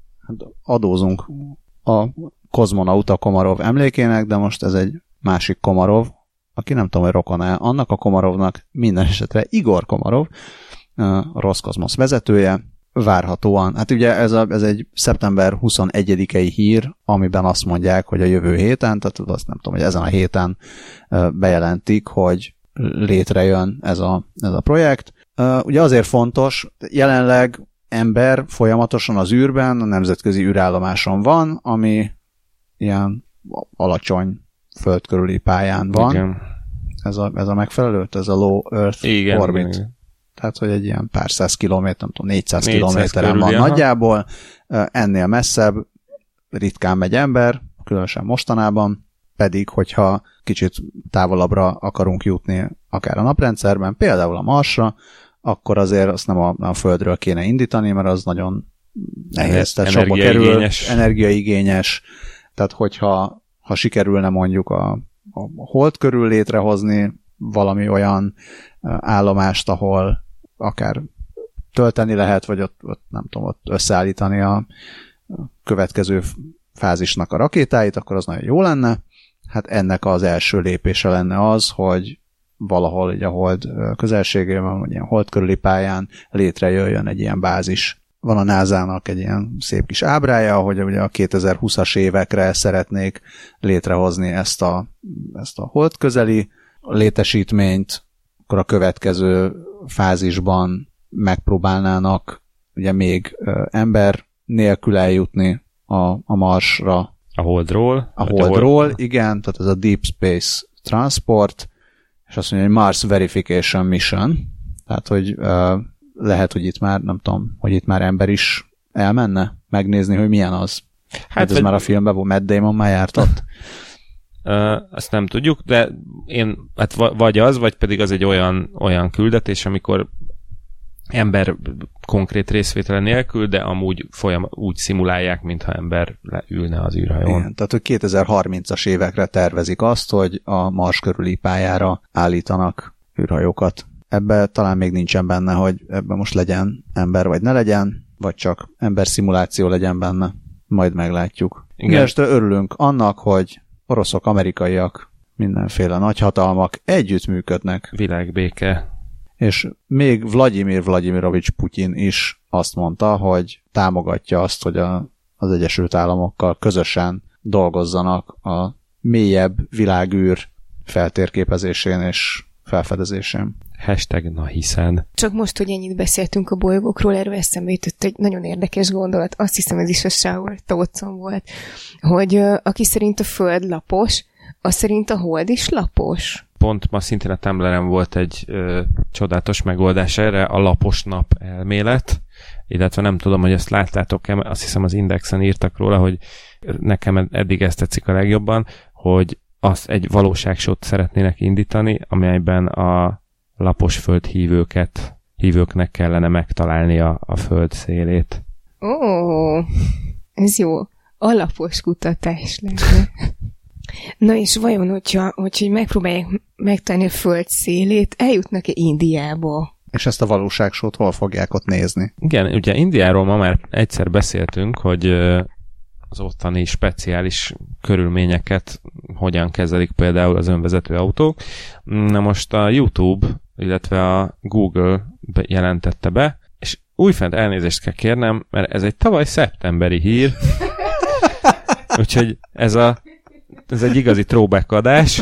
adózunk a kozmonauta Komarov emlékének, de most ez egy másik Komarov, aki nem tudom, hogy rokon-e annak a Komarovnak, minden esetre Igor Komarov, a Roszkozmosz vezetője, várhatóan. Hát ugye ez, a, ez egy szeptember huszonegyedikei hír, amiben azt mondják, hogy a jövő héten, tehát azt nem tudom, hogy ezen a héten bejelentik, hogy létrejön ez a, ez a projekt. Ugye azért fontos, jelenleg ember folyamatosan az űrben, a nemzetközi űrállomáson van, ami ilyen alacsony föld körüli pályán van. Igen. Ez a, ez a megfelelő? Ez a low Earth igen, orbit. Igen. Tehát, hogy egy ilyen pár száz kilométer, nem tudom, négyszáz négyszáz kilométeren van aha. nagyjából. Ennél messzebb ritkán megy ember, különösen mostanában, pedig, hogyha kicsit távolabbra akarunk jutni akár a naprendszerben, például a Marsra, akkor azért azt nem a, a Földről kéne indítani, mert az nagyon nehéz, tehát sokba kerül, energiaigényes. Tehát, hogyha ha sikerülne mondjuk a, a Hold körül létrehozni valami olyan állomást, ahol akár tölteni lehet, vagy ott, ott nem tudom, ott összeállítani a következő fázisnak a rakétáit, akkor az nagyon jó lenne. Hát ennek az első lépése lenne az, hogy valahol így a Hold közelségében, vagy ilyen Hold körüli pályán létrejöjjön egy ilyen bázis. Van a nászának egy ilyen szép kis ábrája, hogy ugye a kétezer-húszas évekre szeretnék létrehozni ezt a, ezt a Hold közeli létesítményt, akkor a következő fázisban megpróbálnának ugye még ember nélkül eljutni a, a Marsra. A Holdról. A Holdról, igen, tehát ez a Deep Space Transport, és azt mondja, hogy Mars Verification Mission, tehát hogy uh, lehet, hogy itt már, nem tudom, hogy itt már ember is elmenne megnézni, hogy milyen az? Hát, hát ez vagy... már a filmben volt, Matt Damon már járt ott. Uh, azt nem tudjuk, de én, hát vagy az, vagy pedig az egy olyan, olyan küldetés, amikor ember konkrét részvétele nélkül, de amúgy folyam, úgy szimulálják, mintha ember ülne az űrhajón. Igen, tehát, hogy kétezer-harmincas évekre tervezik azt, hogy a Mars körüli pályára állítanak űrhajókat. Ebben talán még nincsen benne, hogy ebben most legyen ember, vagy ne legyen, vagy csak ember szimuláció legyen benne. Majd meglátjuk. Igen. Most örülünk annak, hogy oroszok, amerikaiak, mindenféle nagyhatalmak együttműködnek. Világbéke. És még Vladimir Vladimirovics Putyin is azt mondta, hogy támogatja azt, hogy a, az Egyesült Államokkal közösen dolgozzanak a mélyebb világűr feltérképezésén és felfedezésén. Hashtag na hiszen. Csak most, hogy ennyit beszéltünk a bolygókról, erről eszembe jutott egy nagyon érdekes gondolat. Azt hiszem, ez is a Shower Thoughts-on volt, hogy uh, aki szerint a Föld lapos, az szerint a Hold is lapos. Pont ma szintén a Tumblr-en volt egy ö, csodálatos megoldás erre, a lapos nap elmélet, illetve nem tudom, hogy ezt láttátok-e, azt hiszem az Indexen írtak róla, hogy nekem eddig ezt tetszik a legjobban, hogy azt egy valóságsót szeretnének indítani, amelyben a lapos földhívőket, hívőknek kellene megtalálni a, a föld szélét. Ó, ez jó. Alapos kutatás lenne. Na és vajon, hogyha, hogyha megpróbálják megtalálni a föld szélét, eljutnak-e Indiába? És ezt a valóságsót hol fogják ott nézni? Igen, ugye Indiáról ma már egyszer beszéltünk, hogy az ottani speciális körülményeket hogyan kezelik például az önvezető autók. Na most a YouTube, illetve a Google jelentette be, és újfent elnézést kell kérnem, mert ez egy tavaly szeptemberi hír, úgyhogy ez, a, ez egy igazi throwback adás,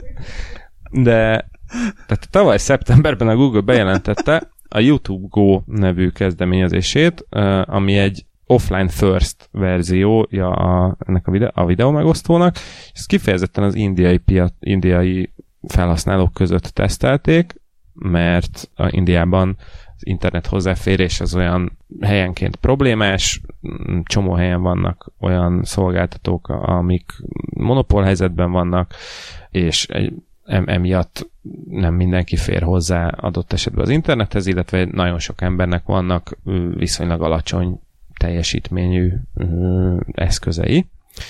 de tehát tavaly szeptemberben a Google bejelentette a YouTube Go nevű kezdeményezését, ami egy offline first verziója a, ennek a, videó, a videó megosztónak, és ezt kifejezetten az indiai, piac, indiai felhasználók között tesztelték, mert a Indiában az internet hozzáférés az olyan helyenként problémás, csomó helyen vannak olyan szolgáltatók, amik monopól helyzetben vannak, és egy, em, emiatt nem mindenki fér hozzá adott esetben az internethez, illetve nagyon sok embernek vannak viszonylag alacsony teljesítményű ö, eszközei.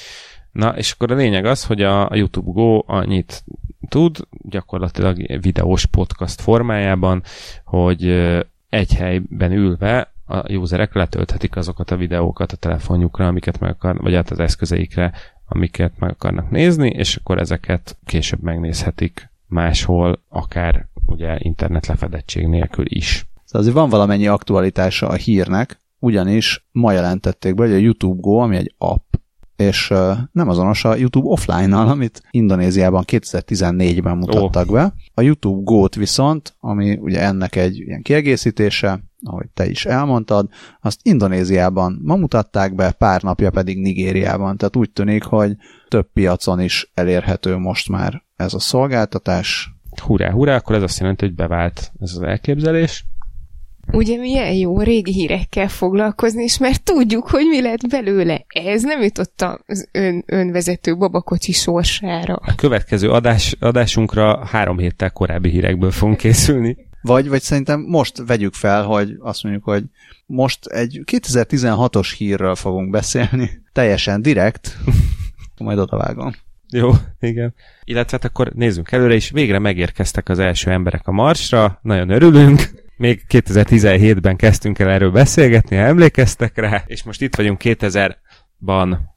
Na, és akkor a lényeg az, hogy a, a YouTube Go annyit tud, gyakorlatilag videós podcast formájában, hogy ö, egy helyben ülve a userek letölthetik azokat a videókat a telefonjukra, amiket meg akar, vagy hát az eszközeikre, amiket meg akarnak nézni, és akkor ezeket később megnézhetik máshol, akár ugye internet lefedettség nélkül is. Szóval azért van valamennyi aktualitása a hírnek, ugyanis ma jelentették be, hogy a YouTube Go, ami egy app, és uh, nem azonos a YouTube Offline-nal, amit Indonéziában kétezer-tizennégyben mutattak oh. be. A YouTube Go-t viszont, ami ugye ennek egy ilyen kiegészítése, ahogy te is elmondtad, azt Indonéziában ma mutatták be, pár napja pedig Nigériában. Tehát úgy tűnik, hogy több piacon is elérhető most már ez a szolgáltatás. Hurrá, hurrá, akkor ez azt jelenti, hogy bevált ez az elképzelés. Ugye milyen jó régi hírekkel foglalkozni, és mert tudjuk, hogy mi lett belőle. Ez nem jutott az ön, önvezető babakocsi sorsára. A következő adás, adásunkra három héttel korábbi hírekből fogunk készülni. Vagy, vagy szerintem most vegyük fel, hogy azt mondjuk, hogy most egy kétezer-tizenhatos hírről fogunk beszélni, teljesen direkt, majd odavágom. Jó, igen. Illetve hát akkor nézzünk előre, és végre megérkeztek az első emberek a Marsra, nagyon örülünk. Még kétezer-tizenhétben kezdtünk el erről beszélgetni, ha emlékeztek rá, és most itt vagyunk kétezerben.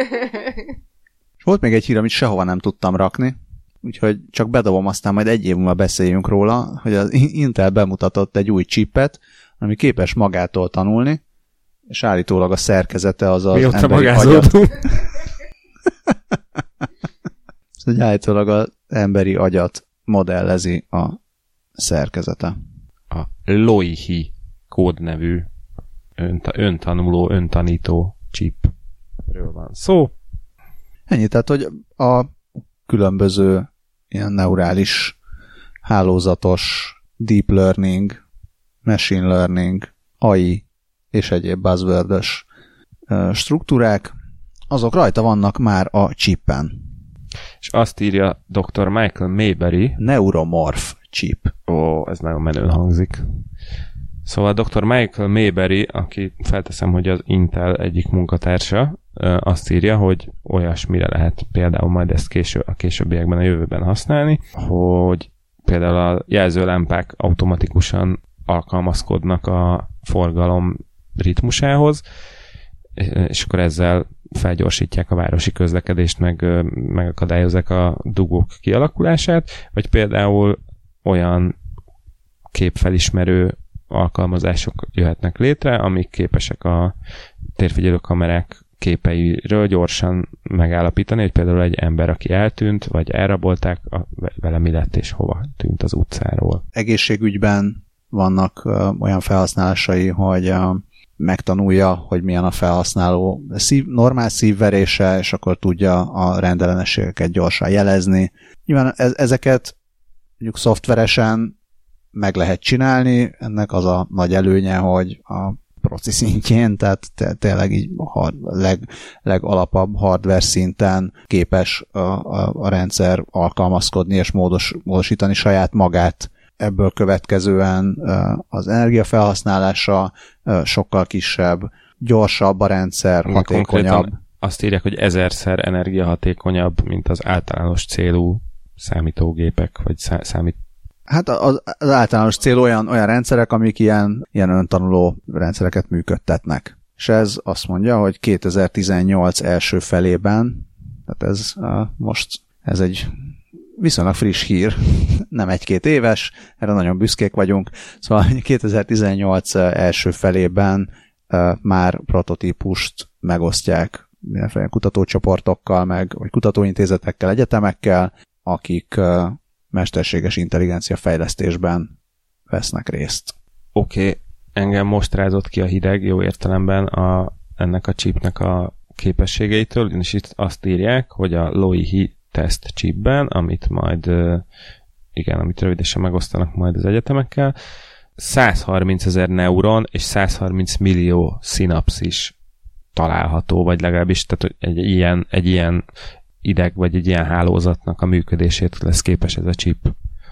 És volt még egy hír, amit sehova nem tudtam rakni, úgyhogy csak bedobom, aztán majd egy év múlva beszéljünk róla, hogy az Intel bemutatott egy új chipet, ami képes magától tanulni, és állítólag a szerkezete az az Mióta emberi agyat. Szóval állítólag az emberi agyat modellezi a szerkezete. A Loihi kódnevű önt- öntanuló, öntanító chipről van szó. Ennyi, tehát, hogy a különböző ilyen neurális hálózatos deep learning, machine learning, á i és egyéb buzzword-ös struktúrák, azok rajta vannak már a chipen. És azt írja doktor Michael Mayberry. Neuromorph chip. Ó, ez nagyon menőn hangzik. Szóval doktor Michael Mayberry, aki felteszem, hogy az Intel egyik munkatársa, azt írja, hogy olyasmire lehet például majd ezt késő, a későbbiekben, a jövőben használni, hogy például a jelzőlámpák automatikusan alkalmazkodnak a forgalom ritmusához, és akkor ezzel felgyorsítják a városi közlekedést, meg megakadályozzák a dugók kialakulását, vagy például olyan képfelismerő alkalmazások jöhetnek létre, amik képesek a térfigyelő kamerák képeiről gyorsan megállapítani, hogy például egy ember, aki eltűnt, vagy elrabolták, a, vele mi lett és hova tűnt az utcáról. Egészségügyben vannak uh, olyan felhasználásai, hogy uh, megtanulja, hogy milyen a felhasználó szív, normál szívverése, és akkor tudja a rendellenességeket gyorsan jelezni. Nyilván ez, ezeket mondjuk szoftveresen meg lehet csinálni, ennek az a nagy előnye, hogy a proci szintjén, tehát tényleg így a leg, legalapabb hardware szinten képes a, a, a rendszer alkalmazkodni és módos, módosítani saját magát. Ebből következően az energiafelhasználása sokkal kisebb, gyorsabb a rendszer, hatékonyabb. Azt írják, hogy ezerszer energiahatékonyabb, mint az általános célú számítógépek, vagy számít Hát az, az általános cél olyan, olyan rendszerek, amik ilyen, ilyen öntanuló rendszereket működtetnek. És ez azt mondja, hogy kétezer-tizennyolc első felében, tehát ez uh, most, ez egy viszonylag friss hír, nem egy-két éves, erre nagyon büszkék vagyunk. Szóval kétezer-tizennyolc első felében uh, már prototípust megosztják mindenféle kutatócsoportokkal, meg, vagy kutatóintézetekkel, egyetemekkel, akik uh, mesterséges intelligencia fejlesztésben vesznek részt. Oké, okay. Engem most rázott ki a hideg, jó értelemben a, ennek a chipnek a képességeitől, és itt azt írják, hogy a Loihi test chipben, amit majd, igen, amit rövidesen megosztanak majd az egyetemekkel, százharmincezer neuron és százharminc millió szinapszis található, vagy legalábbis tehát egy ilyen, egy ilyen ideg, vagy egy ilyen hálózatnak a működését lesz képes ez a chip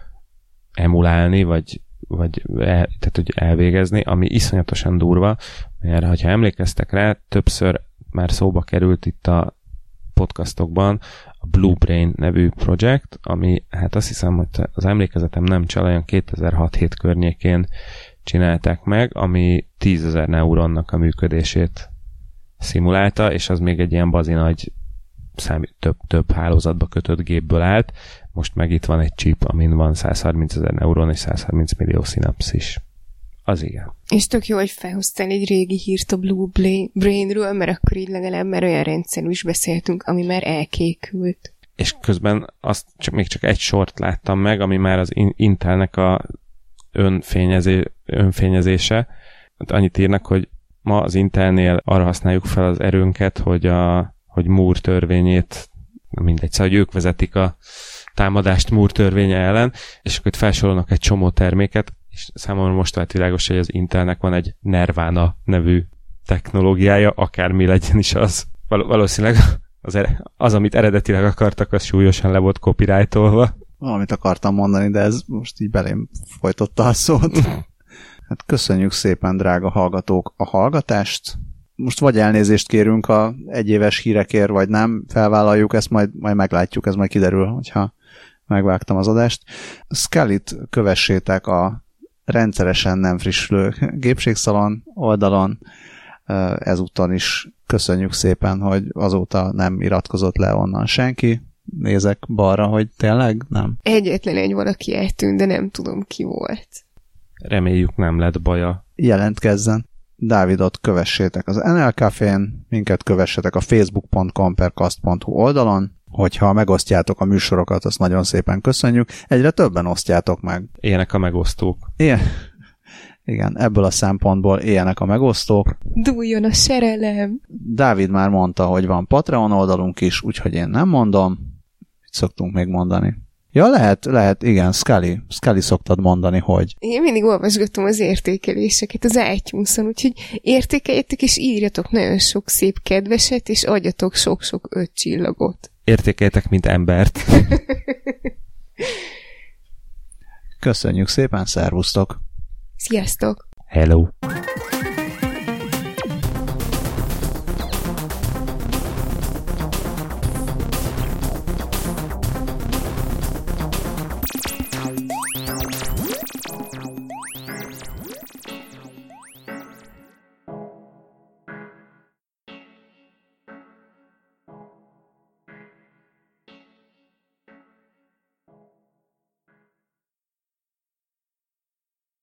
emulálni, vagy, vagy el, tehát, hogy elvégezni, ami iszonyatosan durva, mert ha emlékeztek rá, többször már szóba került itt a podcastokban a Blue Brain nevű projekt, ami hát azt hiszem, hogy az emlékezetem nem csal, olyan kétezer-hat-hét környékén csinálták meg, ami tízezer neuronnak a működését szimulálta, és az még egy ilyen bazinagy számít, több, több hálózatba kötött gépből állt. Most meg itt van egy chip, amin van százharmincezer neuron és százharminc millió szinapszis. Az igen. És tök jó, hogy felhoztál egy régi hírt a Blue Brainről, mert akkor így legalább már olyan rendszerű is beszéltünk, ami már elkékült. És közben azt csak, még csak egy sort láttam meg, ami már az Intelnek a önfényezé, önfényezése. Annyit írnak, hogy ma az Intelnél arra használjuk fel az erőnket, hogy a hogy Moore törvényét, mindegy, szóval, hogy ők vezetik a támadást Moore törvénye ellen, és akkor itt felsorolnak egy csomó terméket, és számomra most vált világos, hogy az Intelnek van egy Nervana nevű technológiája, akármi legyen is az. Val- valószínűleg az, az, amit eredetileg akartak, az súlyosan le volt copyrightolva. Valamit akartam mondani, de ez most így belém folytotta a szót. Hát köszönjük szépen, drága hallgatók, a hallgatást. Most vagy elnézést kérünk a egyéves hírekért, vagy nem, felvállaljuk, ezt majd, majd meglátjuk, ez majd kiderül, hogyha megvágtam az adást. Scullyt kövessétek a rendszeresen nem frissülő gépségszalon oldalon, ezúttal is köszönjük szépen, hogy azóta nem iratkozott le onnan senki. Nézek balra, hogy tényleg nem. Egyetlen egy valaki eltűnt, de nem tudom ki volt. Reméljük nem lett baja. Jelentkezzen. Dávidot kövessétek az en el Cafén, minket kövessetek a facebook pont com per cast pont hu oldalon, hogyha megosztjátok a műsorokat, azt nagyon szépen köszönjük. Egyre többen osztjátok meg. Éljenek a megosztók. Ilyen. Igen, ebből a szempontból éljenek a megosztók. Dúljon a serelem! Dávid már mondta, hogy van Patreon oldalunk is, úgyhogy én nem mondom. Mit szoktunk még mondani? Ja, lehet, lehet, igen, Scully, Scully szoktad mondani, hogy... Én mindig olvasgatom az értékeléseket az iTunes-on, úgyhogy értékeljetek és írjatok nagyon sok szép kedveset, és adjatok sok-sok öt csillagot. Értékeljetek, mint embert. Köszönjük szépen, szervusztok! Sziasztok! Hello!